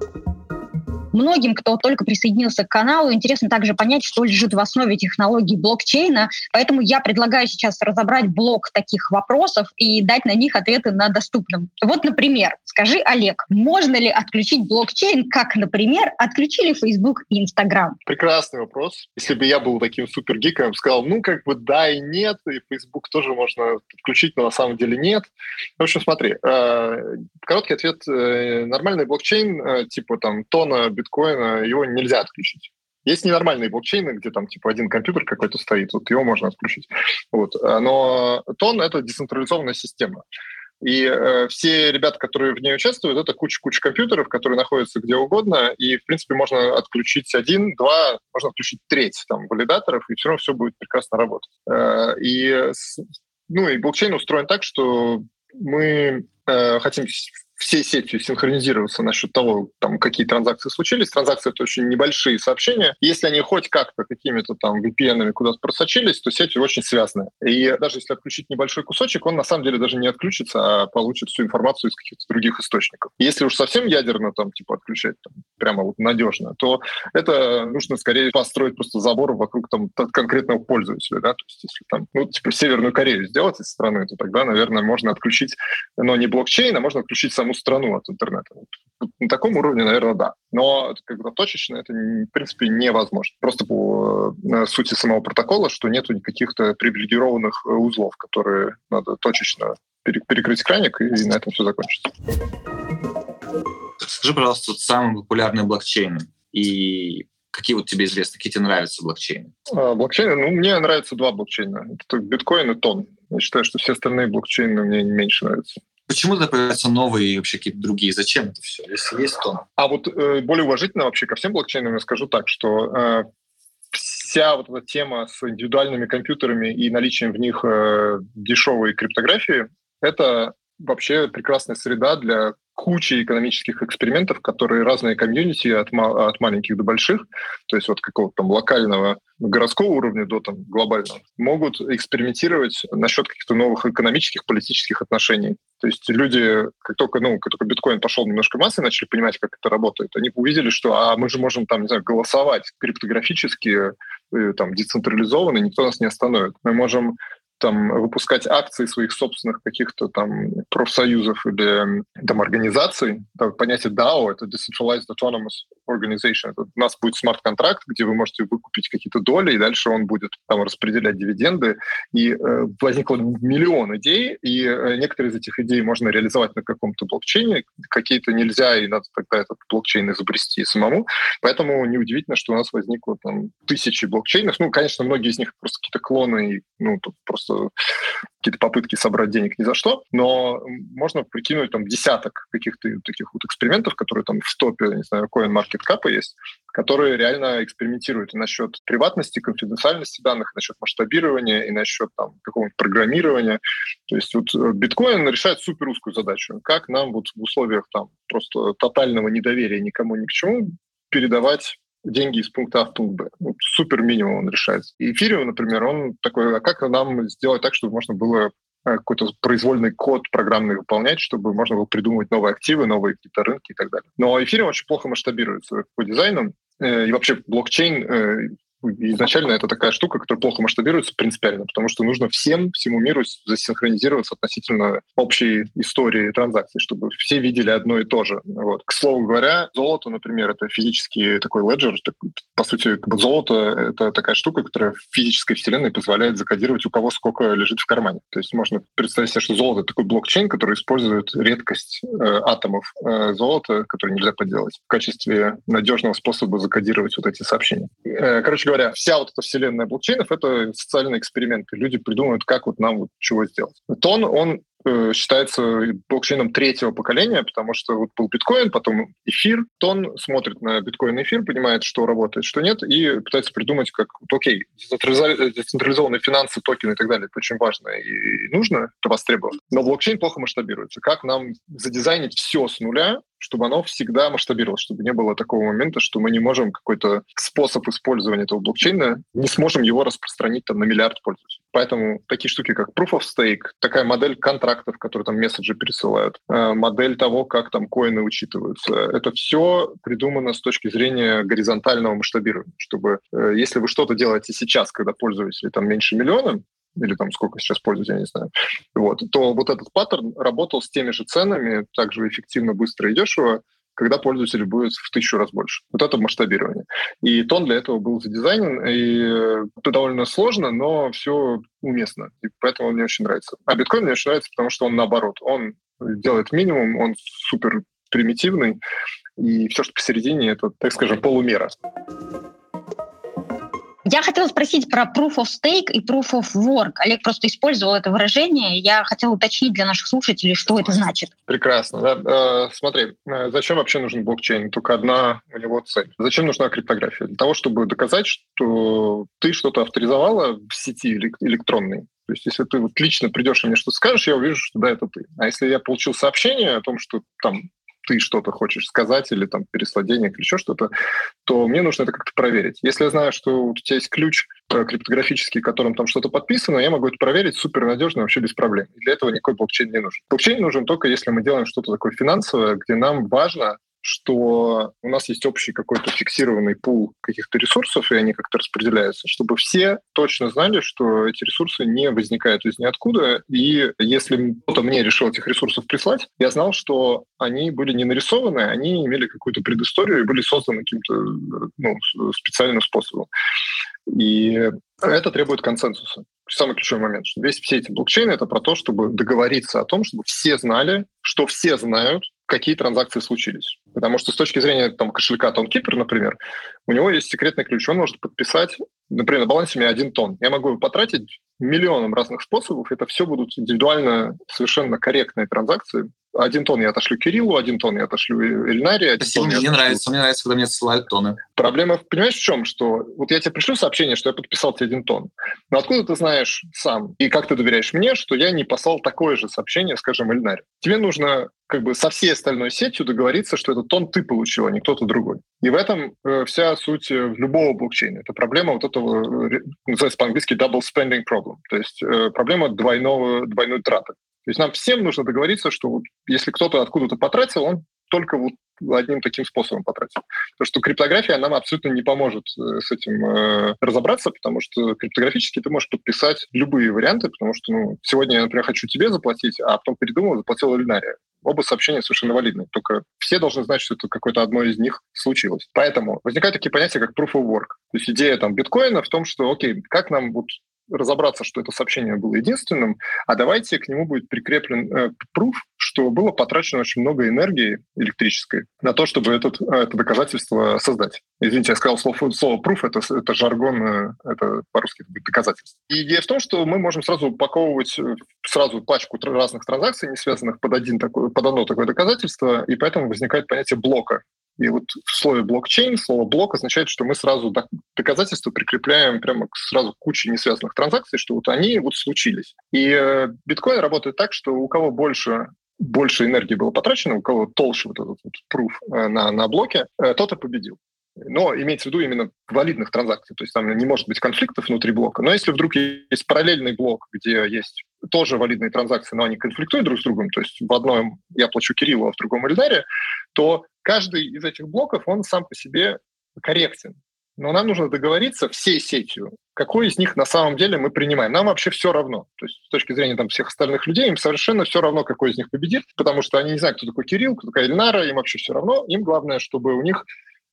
Многим, кто только присоединился к каналу, интересно также понять, что лежит в основе технологии блокчейна. Поэтому я предлагаю сейчас разобрать блок таких вопросов и дать на них ответы на доступном. Например, скажи, Олег, можно ли отключить блокчейн, как, например, отключили Facebook и Instagram?
Прекрасный вопрос. Если бы я был таким супергиком, я бы сказал, да и нет, и Facebook тоже можно отключить, но на самом деле нет. В общем, смотри, короткий ответ. Нормальный блокчейн, типа Тона, биткоина, его нельзя отключить. Есть ненормальные блокчейны, где один компьютер какой-то стоит, его можно отключить. Но Тон — это децентрализованная система. И все ребята, которые в ней участвуют, это куча компьютеров, которые находятся где угодно, и, в принципе, можно отключить 1, 2, можно отключить треть валидаторов, и все равно все будет прекрасно работать. И блокчейн устроен так, что мы хотим всей сетью синхронизироваться насчет того, там, какие транзакции случились. Транзакции — это очень небольшие сообщения. Если они хоть как-то какими-то там VPN-ами куда-то просочились, то сеть очень связанная. И даже если отключить небольшой кусочек, он на самом деле даже не отключится, а получит всю информацию из каких-то других источников. Если уж совсем ядерно там, типа, отключать там, прямо вот надежно, то это нужно скорее построить просто забор вокруг там конкретного пользователя. Да? То есть если там, ну, типа, Северную Корею сделать из страны, то тогда, наверное, можно отключить, но не блокчейн, а можно отключить саму страну от интернета. На таком уровне, наверное, да. Но когда точечно, это, в принципе, невозможно. Просто по сути самого протокола, что нету каких-то привилегированных узлов, которые надо точечно перекрыть краник, и на этом все закончится.
Скажи, пожалуйста, вот самые популярные блокчейны и какие вот тебе известны, какие тебе нравятся блокчейны?
Блокчейны? Ну, мне нравятся два блокчейна. Это биткоин и тон. Я считаю, что все остальные блокчейны мне меньше нравятся.
Почему тогда появляются новые и вообще какие-то другие? Зачем это все, если есть тон?
А вот более уважительно вообще ко всем блокчейнам я скажу так, что вся вот эта тема с индивидуальными компьютерами и наличием в них дешевой криптографии — это вообще прекрасная среда для кучи экономических экспериментов, которые разные комьюнити от маленьких до больших, то есть от какого-то там локального городского уровня до там глобального, могут экспериментировать насчет каких-то новых экономических, политических отношений. То есть люди, как только биткоин пошел немножко массой, начали понимать, как это работает, они увидели, что мы же можем там, не знаю, голосовать криптографически, там, децентрализованно, никто нас не остановит. Мы можем там выпускать акции своих собственных каких-то там профсоюзов или там организаций. Понятие DAO — это Decentralized Autonomous Organization. Это у нас будет смарт-контракт, где вы можете выкупить какие-то доли, и дальше он будет там распределять дивиденды. И возникло миллион идей, и некоторые из этих идей можно реализовать на каком-то блокчейне, какие-то нельзя, и надо тогда этот блокчейн изобрести самому. Поэтому неудивительно, что у нас возникло там тысячи блокчейнов. Ну, конечно, многие из них просто какие-то клоны, тут просто какие-то попытки собрать денег ни за что, но можно прикинуть там десяток каких-то таких вот экспериментов, которые там в топе, не знаю, CoinMarketCap есть, которые реально экспериментируют и насчет приватности, конфиденциальности данных, и насчет масштабирования, и насчет там какого-нибудь программирования. То есть вот биткоин решает супер узкую задачу. Как нам вот в условиях там просто тотального недоверия никому ни к чему передавать деньги из пункта А в пункт Б. Вот супер минимум он решается. И эфириум, например, он такой, а как нам сделать так, чтобы можно было какой-то произвольный код программный выполнять, чтобы можно было придумывать новые активы, новые какие-то рынки и так далее. Но эфириум очень плохо масштабируется по дизайну. И вообще блокчейн изначально это такая штука, которая плохо масштабируется принципиально, потому что нужно всему миру засинхронизироваться относительно общей истории транзакций, чтобы все видели одно и то же. Вот. К слову говоря, золото, например, это физический такой леджер. По сути, золото — это такая штука, которая в физической вселенной позволяет закодировать, у кого сколько лежит в кармане. То есть можно представить себе, что золото — это такой блокчейн, который использует редкость атомов золота, которые нельзя подделать, в качестве надежного способа закодировать вот эти сообщения. Короче говоря, вся вот эта вселенная блокчейнов — это социальные эксперименты. Люди придумывают, как вот нам вот чего сделать. Тон, он считается блокчейном третьего поколения, потому что вот был биткоин, потом эфир. Тон смотрит на биткоин и эфир, понимает, что работает, что нет, и пытается придумать, как, окей, децентрализованные финансы, токены и так далее, это очень важно и нужно, это востребовано. Но блокчейн плохо масштабируется. Как нам задизайнить все с нуля, чтобы оно всегда масштабировалось, чтобы не было такого момента, что мы не можем какой-то способ использования этого блокчейна, не сможем его распространить там на миллиард пользователей. Поэтому такие штуки, как Proof of Stake, такая модель контрактов, которые там месседжи пересылают, модель того, как там коины учитываются, это все придумано с точки зрения горизонтального масштабирования, чтобы если вы что-то делаете сейчас, когда пользователей там меньше миллиона, или там сколько сейчас пользуются, я не знаю, то вот этот паттерн работал с теми же ценами, также эффективно, быстро и дешево, когда пользователей будет в 1000 раз больше. Вот это масштабирование. И тон для этого был задизайнен, и это довольно сложно, но все уместно. И поэтому он мне очень нравится. А биткоин мне очень нравится, потому что он наоборот. Он делает минимум, он супер примитивный, и все, что посередине, это, так скажем, полумера.
Я хотела спросить про proof of stake и proof of work. Олег просто использовал это выражение. Я хотела уточнить для наших слушателей, что это значит.
Прекрасно. Да? Смотри, зачем вообще нужен блокчейн? Только одна у него цель. Зачем нужна криптография? Для того, чтобы доказать, что ты что-то авторизовала в сети электронной. То есть если ты вот лично придешь и мне что-то скажешь, я увижу, что да, это ты. А если я получил сообщение о том, что там ты что-то хочешь сказать или там переслать денег или еще что-то, то мне нужно это как-то проверить. Если я знаю, что у тебя есть ключ криптографический, которым там что-то подписано, я могу это проверить супернадежно, вообще без проблем. И для этого никакой блокчейн не нужен. Блокчейн нужен только если мы делаем что-то такое финансовое, где нам важно, что у нас есть общий какой-то фиксированный пул каких-то ресурсов, и они как-то распределяются, чтобы все точно знали, что эти ресурсы не возникают из ниоткуда, и если кто-то мне решил этих ресурсов прислать, я знал, что они были не нарисованы, они имели какую-то предысторию и были созданы каким-то специальным способом. И это требует консенсуса. Самый ключевой момент, что все эти блокчейны — это про то, чтобы договориться о том, чтобы все знали, что все знают, какие транзакции случились. Потому что с точки зрения кошелька TonKeeper, например, у него есть секретный ключ. Он может подписать, например, на балансе у меня 1 тонн. Я могу его потратить миллионом разных способов. Это все будут индивидуально совершенно корректные транзакции. 1 тонн я отошлю Кириллу, 1 тонн я отошлю Эльнаре.
Спасибо, мне нравится, когда мне ссылают тонны.
Проблема, понимаешь, в чем? Что вот я тебе пришлю сообщение, что я подписал тебе 1 тонн. Но откуда ты знаешь сам? И как ты доверяешь мне, что я не послал такое же сообщение, скажем, Эльнаре? Тебе нужно со всей остальной сетью договориться, что этот тонн ты получил, а не кто-то другой. И в этом вся суть любого блокчейна. Это проблема вот этого, называется по-английски double spending problem, то есть проблема двойной траты. То есть нам всем нужно договориться, что вот если кто-то откуда-то потратил, он только вот одним таким способом потратил. Потому что криптография нам абсолютно не поможет с этим разобраться, потому что криптографически ты можешь подписать любые варианты, потому что сегодня я, например, хочу тебе заплатить, а потом передумал, заплатил Эльнаре. Оба сообщения совершенно валидны. Только все должны знать, что это какое-то одно из них случилось. Поэтому возникают такие понятия, как proof of work. То есть идея биткоина в том, что, окей, как нам разобраться, что это сообщение было единственным, а давайте к нему будет прикреплен proof, что было потрачено очень много энергии электрической на то, чтобы это доказательство создать. Извините, я сказал слово proof, это жаргон, это по-русски это будет доказательство. И идея в том, что мы можем сразу упаковывать пачку разных транзакций, не связанных под одно такое доказательство, и поэтому возникает понятие блока. И вот в слове блокчейн слово блок означает, что мы сразу доказательства прикрепляем прямо сразу к куче несвязанных транзакций, что вот они случились. И биткоин работает так, что у кого больше энергии было потрачено, у кого толще вот этот proof на блоке, тот и победил. Но имеется в виду именно валидных транзакций, то есть там не может быть конфликтов внутри блока. Но если вдруг есть параллельный блок, где есть тоже валидные транзакции, но они конфликтуют друг с другом, то есть в одном я плачу Кириллу, а в другом Эльдаре, то каждый из этих блоков, он сам по себе корректен. Но нам нужно договориться всей сетью, какой из них на самом деле мы принимаем. Нам вообще все равно. То есть с точки зрения всех остальных людей, им совершенно все равно, какой из них победит, потому что они не знают, кто такой Кирилл, кто такая Эльнара, им вообще все равно. Им главное, чтобы у них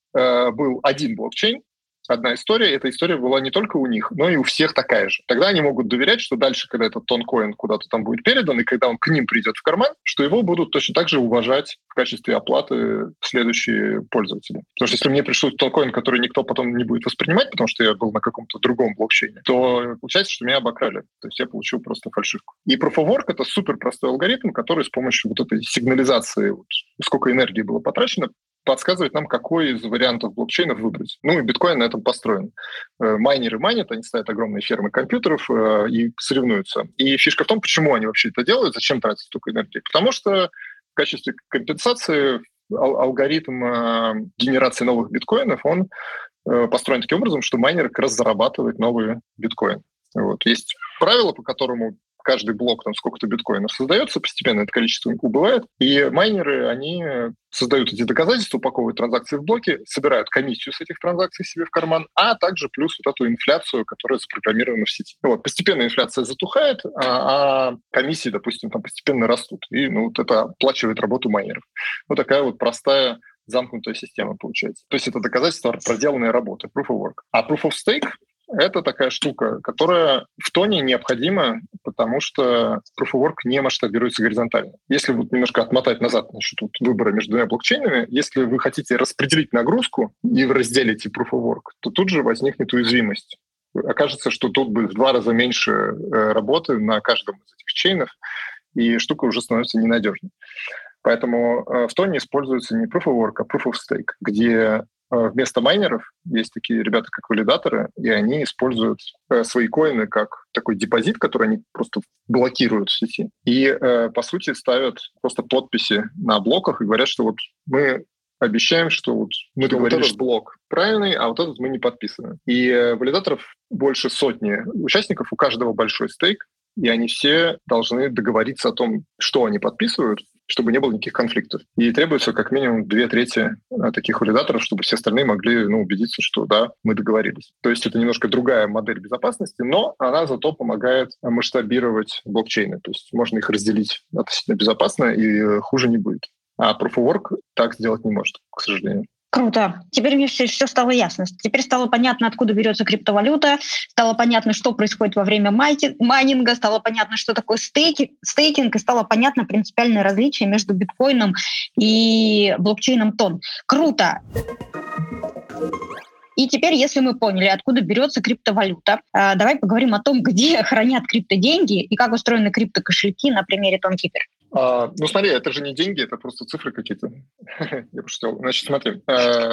был один блокчейн, одна история. Эта история была не только у них, но и у всех такая же. Тогда они могут доверять, что дальше, когда этот тонкоин куда-то там будет передан, и когда он к ним придет в карман, что его будут точно так же уважать в качестве оплаты следующие пользователи. Потому что если мне пришлют тонкоин, который никто потом не будет воспринимать, потому что я был на каком-то другом блокчейне, то получается, что меня обокрали. То есть я получил просто фальшивку. И Proof of Work — это супер простой алгоритм, который с помощью вот этой сигнализации, сколько энергии было потрачено, подсказывает нам, какой из вариантов блокчейнов выбрать. И биткоин на этом построен. Майнеры майнят, они ставят огромные фермы компьютеров и соревнуются. И фишка в том, почему они вообще это делают, зачем тратить столько энергии. Потому что в качестве компенсации алгоритм генерации новых биткоинов, он построен таким образом, что майнеры как раз зарабатывают новые биткоины. Есть правило, по которому каждый блок сколько-то биткоинов создается, постепенно это количество убывает, и майнеры, они создают эти доказательства, упаковывают транзакции в блоки, собирают комиссию с этих транзакций себе в карман, а также плюс вот эту инфляцию, которая запрограммирована в сети. Постепенно инфляция затухает, а комиссии, допустим, постепенно растут, и это оплачивает работу майнеров. Такая простая замкнутая система получается. То есть это доказательство проделанной работы, proof of work. А proof of stake Это такая штука, которая в тоне необходима, потому что Proof of Work не масштабируется горизонтально. Если вот немножко отмотать назад насчет выбора между двумя блокчейнами, если вы хотите распределить нагрузку и разделите Proof of Work, то тут же возникнет уязвимость. Окажется, что тут будет в 2 раза меньше работы на каждом из этих чейнов, и штука уже становится ненадежной. Поэтому в тоне используется не Proof of Work, а Proof of Stake, где вместо майнеров есть такие ребята, как валидаторы, и они используют свои коины как такой депозит, который они просто блокируют в сети. И, по сути, ставят просто подписи на блоках и говорят, что вот мы обещаем, что вот мы договорились, что блок правильный, а вот этот мы не подписываем. И валидаторов больше сотни участников, у каждого большой стейк, и они все должны договориться о том, что они подписывают, чтобы не было никаких конфликтов. И требуется как минимум 2/3 таких валидаторов, чтобы все остальные могли убедиться, что да, мы договорились. То есть это немножко другая модель безопасности, но она зато помогает масштабировать блокчейны. То есть можно их разделить относительно безопасно, и хуже не будет. А Proof of Work так сделать не может, к сожалению.
Круто. Теперь мне все стало ясно. Теперь стало понятно, откуда берется криптовалюта, стало понятно, что происходит во время майнинга, стало понятно, что такое стейкинг, и стало понятно принципиальное различие между биткоином и блокчейном Тон. Круто! И теперь, если мы поняли, откуда берется криптовалюта, давай поговорим о том, где хранят криптоденьги и как устроены криптокошельки на примере Тонкипер.
Ну, смотри, это же не деньги, это просто цифры какие-то. Я пошутил. Значит, смотри.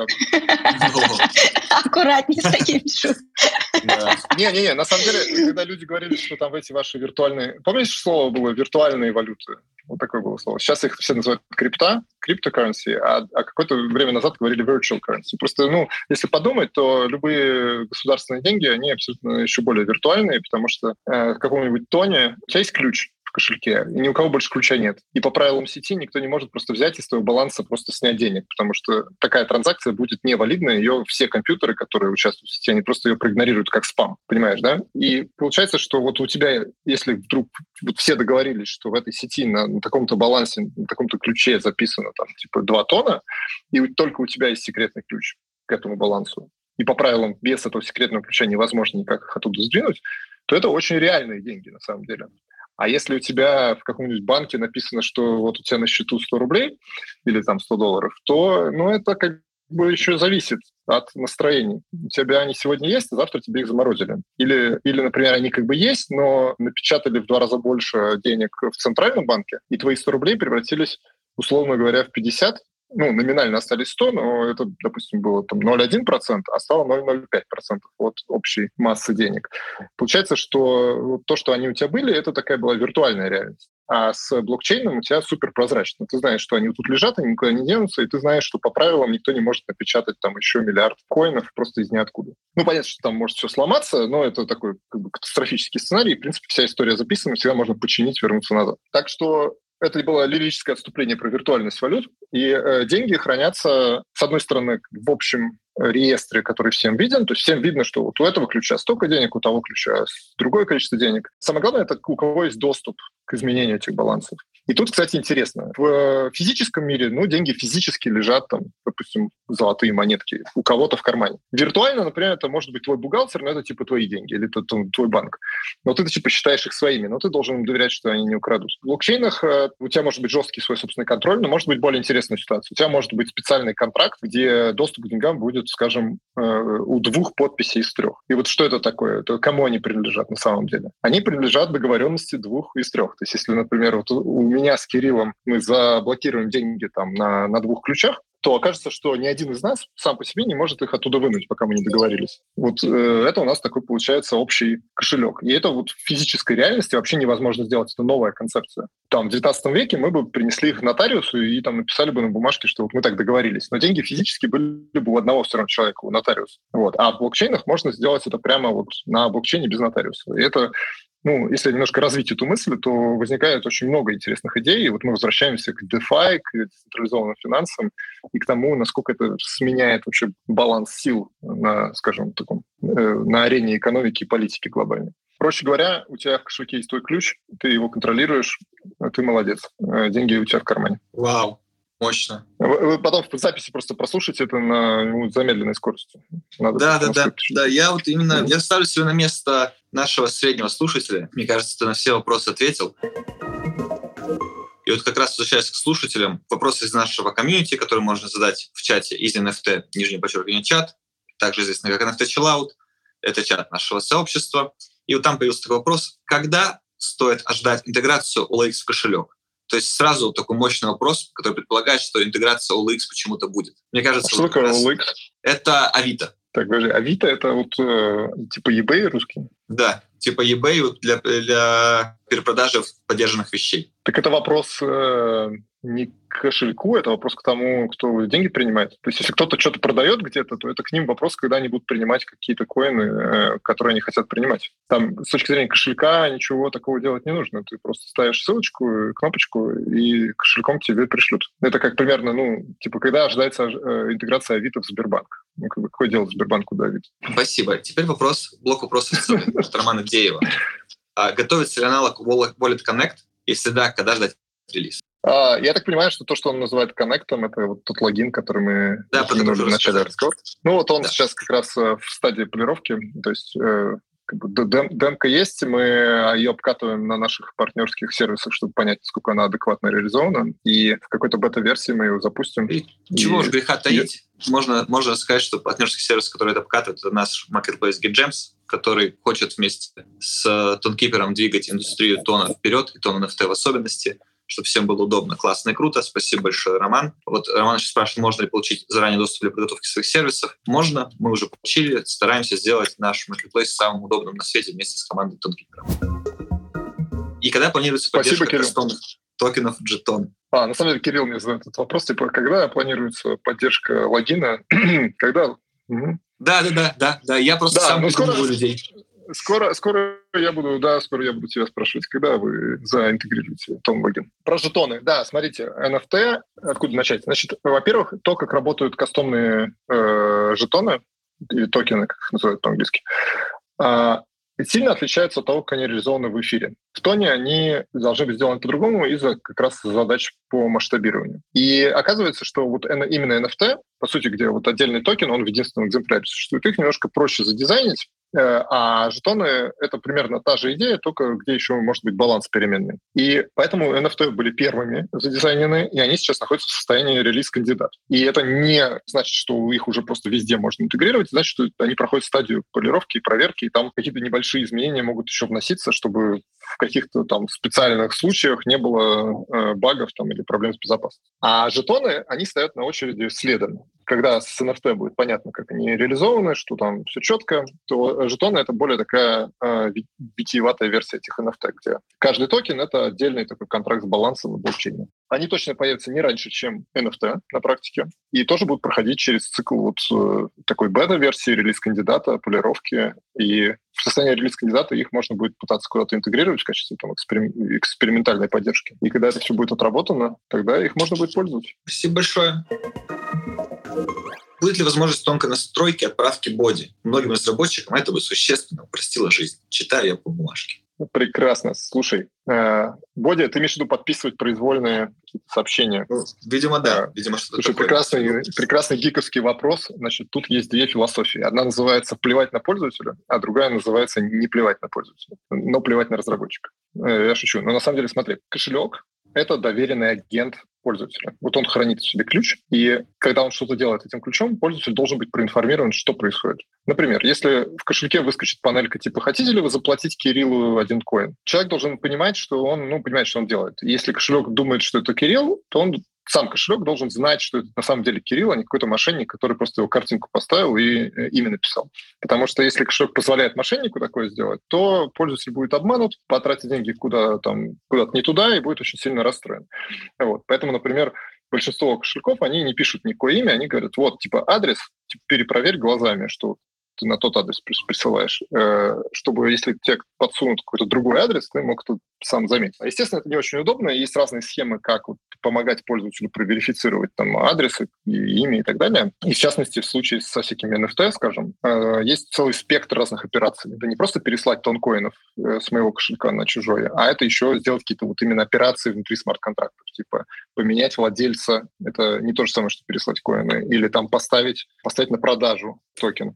Аккуратнее с таким шуткой.
Не-не-не, на самом деле, когда люди говорили, что там эти ваши виртуальные... Помните, слово было «виртуальные валюты»? Вот такое было слово. Сейчас их все называют криптокурренси, а какое-то время назад говорили virtual currency. Просто, если подумать, то любые государственные деньги, они абсолютно еще более виртуальные, потому что в каком-нибудь тоне у тебя есть ключ в кошельке, и ни у кого больше ключа нет. И по правилам сети никто не может просто взять из твоего баланса просто снять денег, потому что такая транзакция будет невалидна, ее все компьютеры, которые участвуют в сети, они просто ее проигнорируют как спам, понимаешь, да? И получается, что вот у тебя, если вдруг вот все договорились, что в этой сети на таком-то балансе, на таком-то ключе записано там типа 2 тонна, и только у тебя есть секретный ключ к этому балансу, и по правилам без этого секретного ключа невозможно никак их оттуда сдвинуть, то это очень реальные деньги на самом деле. А если у тебя в каком-нибудь банке написано, что вот у тебя на счету 100 рублей или там $100, то это как бы еще зависит от настроений. У тебя они сегодня есть, а завтра тебе их заморозили. Или, например, они как бы есть, но напечатали в 2 раза больше денег в центральном банке, и твои 100 рублей превратились, условно говоря, в 50. Номинально остались 100, но это, допустим, было там 0,1%, а стало 0,05% от общей массы денег. Получается, что то, что они у тебя были, это такая была виртуальная реальность. А с блокчейном у тебя суперпрозрачно. Ты знаешь, что они тут лежат, они никуда не денутся, и ты знаешь, что по правилам никто не может напечатать там еще миллиард коинов просто из ниоткуда. Понятно, что там может все сломаться, но это такой как бы катастрофический сценарий. В принципе, вся история записана, всегда можно починить, вернуться назад. Так что это было лирическое отступление про виртуальность валют. И деньги хранятся, с одной стороны, в общем реестре, который всем виден. То есть всем видно, что вот у этого ключа столько денег, у того ключа другое количество денег. Самое главное, это у кого есть доступ к изменению этих балансов. И тут, кстати, интересно. В физическом мире, деньги физически лежат, там, допустим, золотые монетки у кого-то в кармане. Виртуально, например, это может быть твой бухгалтер, но это типа твои деньги, или это твой банк. Но ты типа считаешь их своими, но ты должен им доверять, что они не украдут. В блокчейнах у тебя может быть жесткий свой собственный контроль, но может быть более интересная ситуация. У тебя может быть специальный контракт, где доступ к деньгам будет, скажем, у 2 подписей из 3. И вот что это такое? Это кому они принадлежат на самом деле? Они принадлежат договоренности 2 из 3. То есть если, например, вот у меня с Кириллом мы заблокируем деньги там на 2 ключах, то окажется, что ни один из нас сам по себе не может их оттуда вынуть, пока мы не договорились. Вот это у нас такой получается общий кошелек. И это вот в физической реальности вообще невозможно сделать. Это новая концепция. Там в 19 веке мы бы принесли их нотариусу и там написали бы на бумажке, что вот мы так договорились. Но деньги физически были бы у одного все равно человека, у нотариуса. Вот. А в блокчейнах можно сделать это прямо вот на блокчейне без нотариуса. И это если немножко развить эту мысль, то возникает очень много интересных идей. И вот мы возвращаемся к DeFi, к децентрализованным финансам и к тому, насколько это сменяет вообще баланс сил на, скажем, на арене экономики и политики глобальной. Проще говоря, у тебя в кошельке есть твой ключ, ты его контролируешь, ты молодец. Деньги у тебя в кармане.
Вау. Мощно.
Вы потом в записи просто прослушайте это на замедленной скорости.
Да. Я вот именно я ставлю себя на место нашего среднего слушателя. Мне кажется, ты на все вопросы ответил. И вот как раз возвращаясь к слушателям, вопросы из нашего комьюнити, которые можно задать в чате EasyNFT, _чат, также известный как NFT Chillout. Это чат нашего сообщества. И вот там появился такой вопрос: когда стоит ожидать интеграцию OLX в кошелек? То есть сразу такой мощный вопрос, который предполагает, что интеграция OLX почему-то будет. Мне кажется,
что такое OLX?
Это Авито.
Так, подожди, Авито — это вот типа eBay русский?
Да, типа eBay вот для перепродажи подержанных вещей.
Так это вопрос не к кошельку, это вопрос к тому, кто деньги принимает. То есть если кто-то что-то продает где-то, то это к ним вопрос, когда они будут принимать какие-то коины, которые они хотят принимать. Там с точки зрения кошелька ничего такого делать не нужно. Ты просто ставишь ссылочку, кнопочку, и кошельком тебе пришлют. Это как примерно, когда ожидается интеграция Авито в Сбербанк. Какое дело Сбербанку до Авито?
Спасибо. Теперь блок вопросов от Романа Деева. Готовится ли аналог Wallet Connect? Если да, когда ждать релиз?
Я так понимаю, что то, что он называет коннектом, это вот тот логин, который мы упомянули в начале разговора. Он сейчас как раз в стадии полировки, то есть демка есть, мы ее обкатываем на наших партнерских сервисах, чтобы понять, насколько она адекватно реализована, и в какой-то бета-версии мы ее запустим.
Чего уж греха таить. Можно сказать, что партнерский сервис, который это обкатывает, это наш marketplace GetGems, который хочет вместе с Тонкипером двигать индустрию тона вперед, и тон NFT в особенности, чтобы всем было удобно, классно и круто. Спасибо большое, Роман. Вот Роман сейчас спрашивает, можно ли получить заранее доступ для подготовки своих сервисов. Можно, мы уже получили, стараемся сделать наш marketplace самым удобным на свете вместе с командой Тонкипера. И когда планируется поддержка кастомных токенов Jeton?
На самом деле, Кирилл мне задает этот вопрос, когда планируется поддержка логина? Когда?
Да, я просто сам придумываю людей.
Скоро я буду тебя спрашивать, когда вы заинтегрируете тон логин. Про жетоны. Да, смотрите, NFT, откуда начать? Значит, во-первых, то, как работают кастомные жетоны, или токены, как их называют по-английски, сильно отличается от того, как они реализованы в эфире. В тоне они должны быть сделаны по-другому из-за как раз задач по масштабированию. И оказывается, что вот именно NFT, по сути, где вот отдельный токен, он в единственном экземпляре существует, их немножко проще задизайнить, а жетоны — это примерно та же идея, только где еще может быть баланс переменный. И поэтому NFT были первыми задизайнены, и они сейчас находятся в состоянии релиз-кандидат. И это не значит, что их уже просто везде можно интегрировать, значит, что они проходят стадию полировки и проверки, и там какие-то небольшие изменения могут еще вноситься, чтобы в каких-то там специальных случаях не было багов там, или проблем с безопасностью. А жетоны, они стоят на очереди следом. Когда с NFT будет понятно, как они реализованы, что там все четко, то жетоны — это более такая витиеватая версия этих NFT, где каждый токен — это отдельный такой контракт с балансом и блокчейном. Они точно появятся не раньше, чем NFT на практике, и тоже будут проходить через цикл вот такой бета-версии, релиз-кандидата, полировки. И в состоянии релиз-кандидата их можно будет пытаться куда-то интегрировать в качестве там, экспериментальной поддержки. И когда это все будет отработано, тогда их можно будет пользоваться.
Спасибо большое. Будет ли возможность тонкой настройки отправки боди? Многим разработчикам это бы существенно упростило жизнь. Читаю я по бумажке.
Прекрасно. Слушай, боди, ты имеешь в виду подписывать произвольные какие-то сообщения?
Видимо, да. Видимо, что-то
такое. Прекрасный гиковский вопрос. Значит, тут есть две философии. Одна называется «плевать на пользователя», а другая называется «не плевать на пользователя», но плевать на разработчика. Я шучу. Но на самом деле, смотри, кошелек — это доверенный агент пользователя. Вот он хранит в себе ключ, и когда он что-то делает этим ключом, пользователь должен быть проинформирован, что происходит. Например, если в кошельке выскочит панелька типа «Хотите ли вы заплатить Кириллу 1 коин?», человек должен понимать, что он понимает, что он делает. Если кошелек думает, что это Кирилл, то он сам кошелек должен знать, что это на самом деле Кирилл, а не какой-то мошенник, который просто его картинку поставил и имя написал. Потому что если кошелек позволяет мошеннику такое сделать, то пользователь будет обманут, потратит деньги куда-то не туда и будет очень сильно расстроен. Вот. Поэтому, например, большинство кошельков, они не пишут никакое имя, они говорят, вот, типа, адрес, перепроверь глазами, что ты на тот адрес присылаешь, чтобы, если тебе подсунут какой-то другой адрес, ты мог это сам заметить. Естественно, это не очень удобно. Есть разные схемы, как вот помогать пользователю проверифицировать там адресы, и имя и так далее. И в частности, в случае со всякими NFT, скажем, есть целый спектр разных операций. Это не просто переслать тонкоинов с моего кошелька на чужой, а это еще сделать какие-то вот именно операции внутри смарт-контрактов, типа поменять владельца. Это не то же самое, что переслать коины. Или там поставить на продажу токен.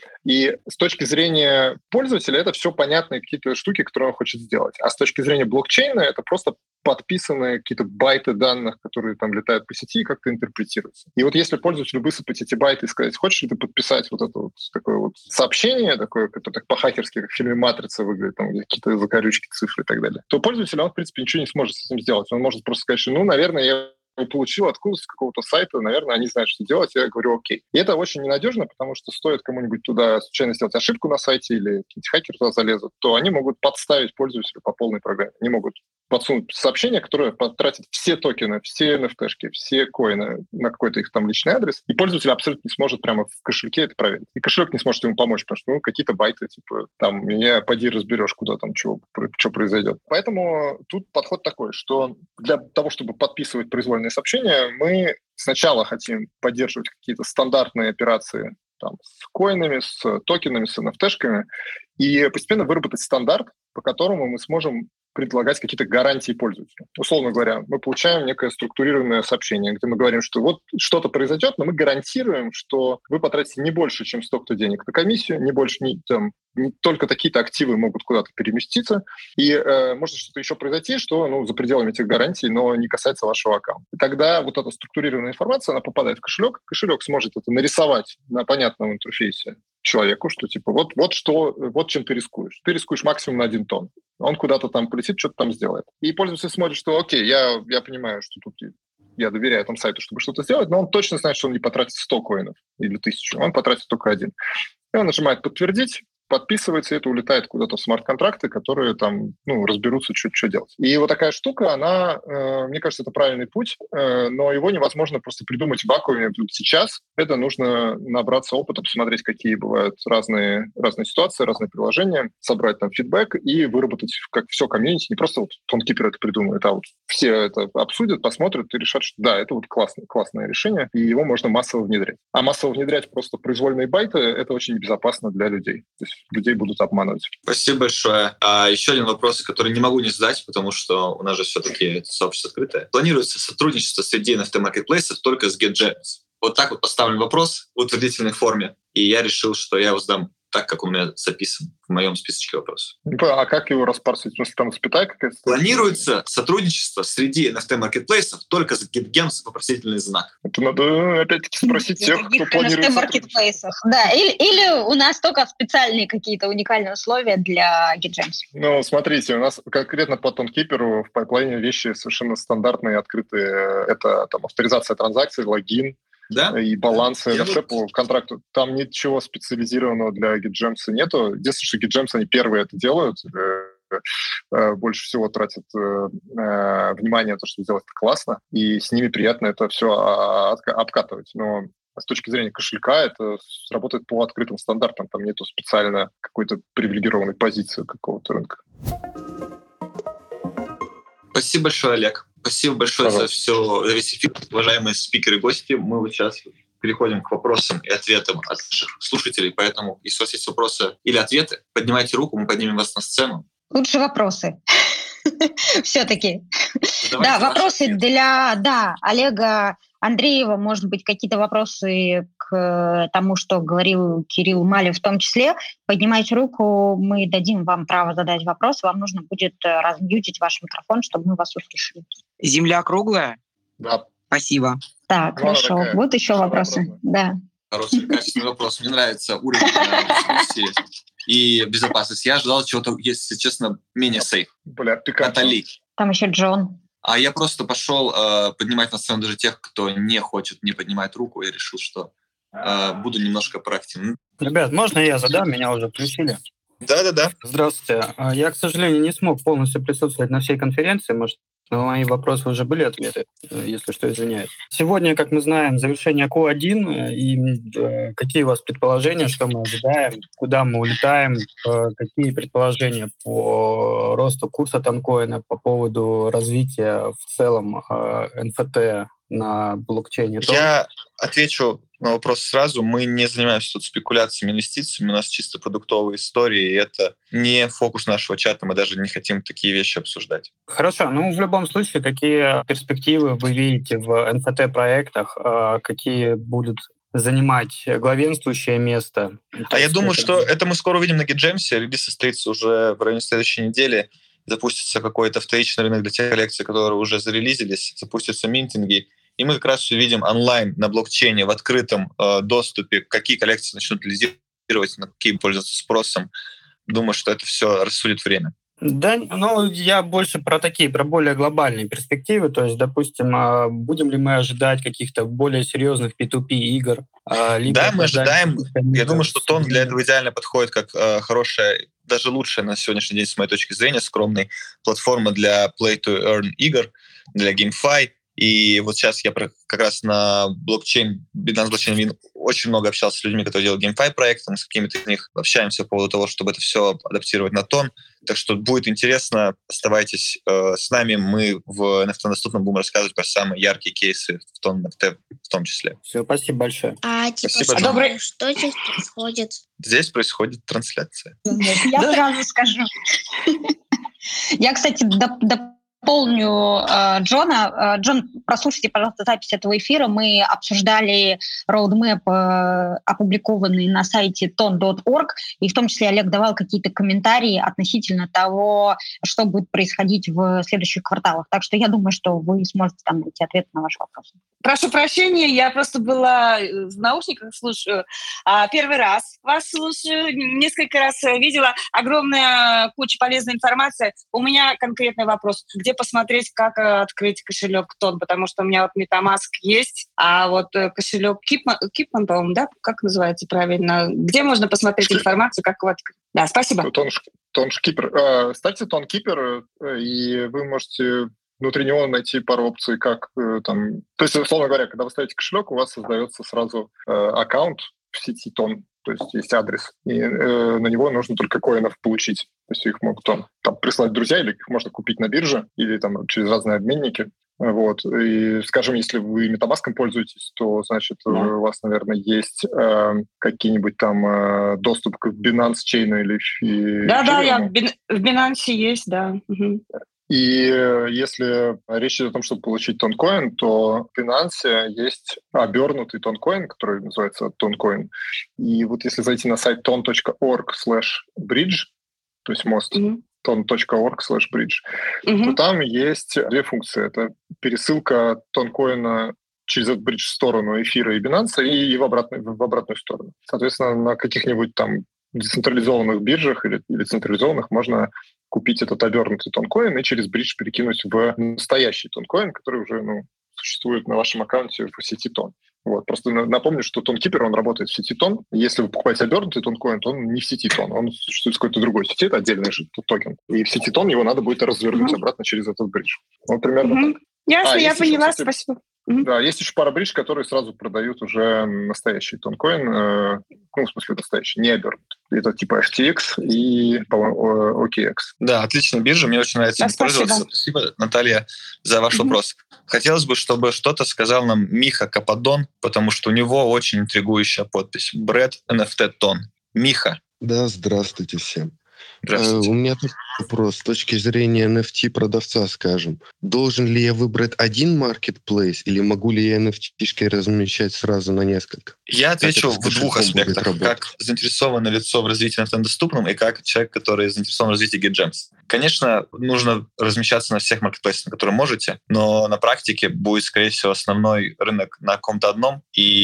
И с точки зрения пользователя это все понятные какие-то штуки, которые он хочет сделать. А с точки зрения блокчейна это просто подписанные какие-то байты данных, которые там летают по сети и как-то интерпретируются. И вот если пользователю высыпать эти байты и сказать, хочешь ли ты подписать вот это вот такое вот сообщение, такое, которое так по-хакерски, как в фильме «Матрица» выглядит, там какие-то закорючки, цифры и так далее, то пользователь, он, в принципе, ничего не сможет с этим сделать. Он может просто сказать, что, наверное, я получил откуда-то с какого-то сайта, наверное, они знают, что делать, я говорю окей. И это очень ненадежно, потому что стоит кому-нибудь туда случайно сделать ошибку на сайте или какие-то хакеры туда залезут, то они могут подставить пользователя по полной программе. Они могут подсунуть сообщение, которое потратит все токены, все NFT-шки, все коины на какой-то их там личный адрес, и пользователь абсолютно не сможет прямо в кошельке это проверить. И кошелек не сможет ему помочь, потому что какие-то байты, типа, там, меня поди разберешь, куда там, что произойдет. Поэтому тут подход такой, что для того, чтобы подписывать произвольные сообщения, мы сначала хотим поддерживать какие-то стандартные операции там, с коинами, с токенами, с NFT-шками, и постепенно выработать стандарт, по которому мы сможем предлагать какие-то гарантии пользователю. Условно говоря, мы получаем некое структурированное сообщение, где мы говорим, что вот что-то произойдет, но мы гарантируем, что вы потратите не больше, чем столько-то денег на комиссию, не больше, не только такие-то активы могут куда-то переместиться, и может что-то еще произойти, что за пределами этих гарантий, но не касается вашего аккаунта. И тогда вот эта структурированная информация, она попадает в кошелек сможет это нарисовать на понятном интерфейсе человеку, что типа вот чем ты рискуешь. Ты рискуешь максимум на 1 тонн. Он куда-то там полетит, что-то там сделает. И пользователь смотрит, что окей, я понимаю, что тут я доверяю этому сайту, чтобы что-то сделать, но он точно знает, что он не потратит 100 коинов или 1000, он потратит только 1. И он нажимает «Подтвердить», подписывается, и это улетает куда-то в смарт-контракты, которые там, разберутся, что делать. И вот такая штука, она, мне кажется, это правильный путь, но его невозможно просто придумать в вакууме сейчас. Это нужно набраться опыта, посмотреть, какие бывают разные ситуации, разные приложения, собрать там фидбэк и выработать как все комьюнити. Не просто вот Тонкипер это придумает, а вот все это обсудят, посмотрят и решат, что да, это вот классное решение, и его можно массово внедрять. А массово внедрять просто произвольные байты — это очень небезопасно для людей. То есть людей будут обманывать.
Спасибо большое. Еще один вопрос, который не могу не задать, потому что у нас же все-таки сообщество открытое. Планируется сотрудничество среди NFT-маркетплейсов только с GetGems? Вот так вот поставлен вопрос в утвердительной форме, и я решил, что я его задам так, как у меня записан в моем списочке вопросов.
А как его распарсить? Потому что там запятая какая-то?
Планируется сотрудничество среди NFT-маркетплейсов только с GetGems вопросительный знак.
Это надо опять-таки спросить тех, кто планирует
NFT-маркетплейсов. Да, или у нас только специальные какие-то уникальные условия для GetGems.
Смотрите, у нас конкретно по Тонкиперу в пайплайне вещи совершенно стандартные, открытые. Это там авторизация транзакций, логин,
да?
И балансы НФТ по контракту. Там ничего специализированного для GetGems нету. Единственное, что GetGems, они первые это делают, больше всего тратят внимание на то, чтобы сделать это классно, и с ними приятно это все обкатывать. Но с точки зрения кошелька это работает по открытым стандартам. Там нету специально какой-то привилегированной позиции какого-то рынка.
Спасибо большое, Олег. Спасибо большое за весь эфир, уважаемые спикеры и гости. Мы вот сейчас переходим к вопросам и ответам от наших слушателей, поэтому если у вас есть вопросы или ответы, поднимайте руку, мы поднимем вас на сцену.
Лучше вопросы. Все-таки. Да, вопросы для Олега Андреева, может быть, какие-то вопросы к тому, что говорил Кирилл Малев в том числе. Поднимайте руку, мы дадим вам право задать вопрос. Вам нужно будет размьютить ваш микрофон, чтобы мы вас услышали.
Земля круглая?
Да.
Спасибо.
Так, хорошо. Вот еще вопросы. Да.
Хороший, качественный вопрос. Мне нравится уровень дискуссии и безопасности. Я ожидал чего-то, если честно, менее сейф. Натали.
Там еще Джон.
А я просто пошел поднимать на сцену даже тех, кто не хочет, не поднимать руку. Я решил, что буду немножко проактивным.
Ребят, можно я задам? Меня уже включили.
Да.
Здравствуйте. Я, к сожалению, не смог полностью присутствовать на всей конференции. Может, на мои вопросы уже были ответы, если что, извиняюсь. Сегодня, как мы знаем, завершение Q1. И какие у вас предположения, что мы ожидаем, куда мы улетаем, какие предположения по росту курса Тонкоина, по поводу развития в целом NFT на блокчейне?
Я отвечу на вопрос сразу. Мы не занимаемся тут спекуляциями, инвестициями. У нас чисто продуктовые истории, и это не фокус нашего чата. Мы даже не хотим такие вещи обсуждать.
Хорошо. В любом случае, какие перспективы вы видите в NFT-проектах? Какие будут занимать главенствующее место?
Я думаю, что это мы скоро увидим на GitGems'е. Релиз состоится уже в районе следующей недели. Запустится какой-то вторичный рынок для тех коллекций, которые уже зарелизились. Запустятся минтинги. И мы как раз увидим онлайн на блокчейне в открытом доступе, какие коллекции начнут лизировать, на какие пользуются спросом. Думаю, что это все рассудит время.
Да, я больше про более глобальные перспективы. То есть, допустим, будем ли мы ожидать каких-то более серьезных P2P игр?
Да, мы ожидаем. Я думаю, что Тон для этого идеально подходит как хорошая, даже лучшая на сегодняшний день, с моей точки зрения, скромной платформа для play-to-earn игр, для GameFi. И вот сейчас я как раз на блокчейн, Binance Blockchain очень много общался с людьми, которые делают GameFi проекты, мы с какими-то из них общаемся по поводу того, чтобы это все адаптировать на Тон. Так что будет интересно, оставайтесь с нами, мы в NFT Доступном будем рассказывать про самые яркие кейсы в Тон NFT в том числе.
Все, спасибо большое.
Спасибо,
что здесь происходит?
Здесь происходит трансляция.
Я сразу скажу. Я, кстати, дополню Джона. Джон, прослушайте, пожалуйста, запись этого эфира. Мы обсуждали роудмэп, опубликованный на сайте ton.org, и в том числе Олег давал какие-то комментарии относительно того, что будет происходить в следующих кварталах. Так что я думаю, что вы сможете там найти ответ на ваши вопросы.
Прошу прощения, я просто была в наушниках, слушаю. Первый раз вас слушаю, несколько раз видела. Огромная куча полезной информации. У меня конкретный вопрос. Где посмотреть, как открыть кошелек Тон? Потому что у меня вот MetaMask есть, а вот кошелек Kipman, по-моему, да? Как называется правильно? Где можно посмотреть информацию, как его открыть? Да, спасибо.
TonKeeper. Ставьте TonKeeper, и вы можете внутри него найти пару опций, как там... То есть, условно говоря, когда вы ставите кошелек, у вас создается сразу аккаунт в сети Тон, то есть адрес, и на него нужно только коинов получить. То есть их могут там прислать друзья, или их можно купить на бирже, или там через разные обменники. Вот. И, скажем, если вы MetaMask пользуетесь, то, значит, у вас, наверное, есть какие-нибудь там доступ к Binance Chain или...
Да, я в Binance есть, да. Угу.
И если речь идет о том, чтобы получить тонкоин, то в Binance есть обернутый тонкоин, который называется тонкоин. И вот если зайти на сайт ton.org/bridge, то есть мост, ton.org/bridge, то там есть две функции. Это пересылка тонкоина через этот бридж в сторону эфира и Binance и в обратную сторону. Соответственно, на каких-нибудь там децентрализованных биржах или централизованных можно купить этот обернутый тонкоин и через бридж перекинуть в настоящий тонкоин, который уже существует на вашем аккаунте в сети Тон. Вот. Просто напомню, что TonKeeper, он работает в сети Тон. Если вы покупаете обернутый тонкоин, то он не в сети Тон, он существует в какой-то другой сети, это отдельный же токен. И в сети Тон его надо будет развернуть обратно через этот бридж. Вот примерно так.
Ясно, я поняла, спасибо.
Да, есть еще пара бридж, которые сразу продают уже настоящий тонкоин, в смысле настоящий, не обернутый. Это типа FTX и, по-моему, OKX.
Да, отличная биржа, мне очень нравится им пользоваться. Спасибо, Наталья, за ваш вопрос. Хотелось бы, чтобы что-то сказал нам Миха Кападон, потому что у него очень интригующая подпись. Брэд NFT Тон. Миха.
Да, здравствуйте всем.
Здравствуйте.
У меня такой вопрос. С точки зрения NFT-продавца, скажем, должен ли я выбрать один маркетплейс или могу ли я NFT-шки размещать сразу на несколько?
Я отвечу в двух аспектах. Как заинтересованное лицо в развитии NFT доступном и как человек, который заинтересован в развитии GitGems. Конечно, нужно размещаться на всех маркетплейсах, на которые можете, но на практике будет, скорее всего, основной рынок на каком-то одном,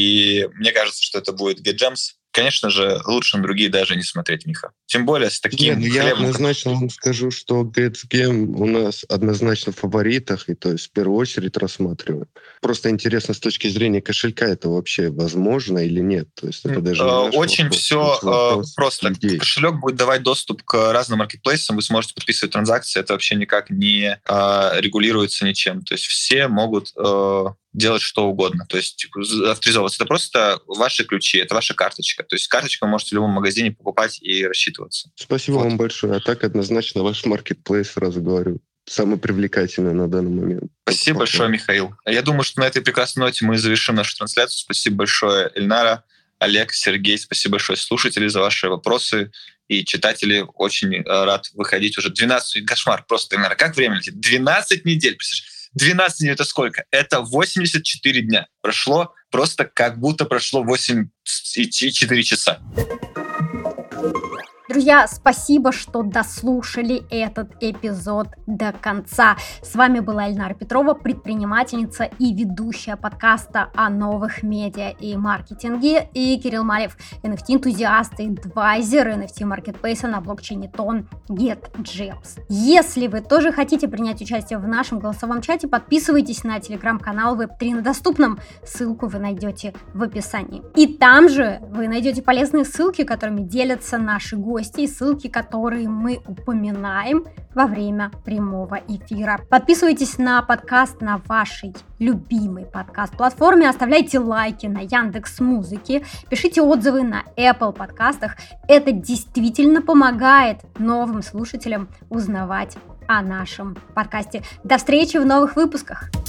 и мне кажется, что это будет GitGems. Конечно же, лучше на другие даже не смотреть, Миха. Тем более с таким хлебом.
Я однозначно вам скажу, что GetGem у нас однозначно в фаворитах, и то есть в первую очередь рассматриваем. Просто интересно, с точки зрения кошелька это вообще возможно или нет? То есть это даже
очень все просто. Кошелек будет давать доступ к разным маркетплейсам, вы сможете подписывать транзакции, это вообще никак не регулируется ничем. То есть все могут делать что угодно, то есть авторизовываться. Это просто ваши ключи, это ваша карточка. То есть карточку вы можете в любом магазине покупать и рассчитываться.
Спасибо вам большое. А так однозначно ваш маркетплейс, сразу говорю. самый привлекательный на данный момент.
Спасибо большое, Михаил. Я думаю, что на этой прекрасной ноте мы завершим нашу трансляцию. Спасибо большое, Эльнара, Олег, Сергей. Спасибо большое, слушатели, за ваши вопросы. И читатели, очень рад выходить уже 12. Кошмар просто, Эльнара, как время летит? 12 недель, представляешь? 12 недель — это сколько? Это 84 дня. Прошло просто как будто прошло 8,4 часа.
Друзья, спасибо, что дослушали этот эпизод до конца. С вами была Эльнара Петрова, предпринимательница и ведущая подкаста о новых медиа и маркетинге, и Кирилл Малев, NFT-энтузиаст и адвайзер NFT-маркетплейса на блокчейне Ton GetGems. Если вы тоже хотите принять участие в нашем голосовом чате, подписывайтесь на телеграм-канал Web3 на доступном. Ссылку вы найдете в описании. И там же вы найдете полезные ссылки, которыми делятся наши гости, и ссылки, которые мы упоминаем во время прямого эфира. Подписывайтесь на подкаст на вашей любимой подкаст-платформе, оставляйте лайки на Яндекс.Музыке, пишите отзывы на Apple подкастах. Это действительно помогает новым слушателям узнавать о нашем подкасте. До встречи в новых выпусках!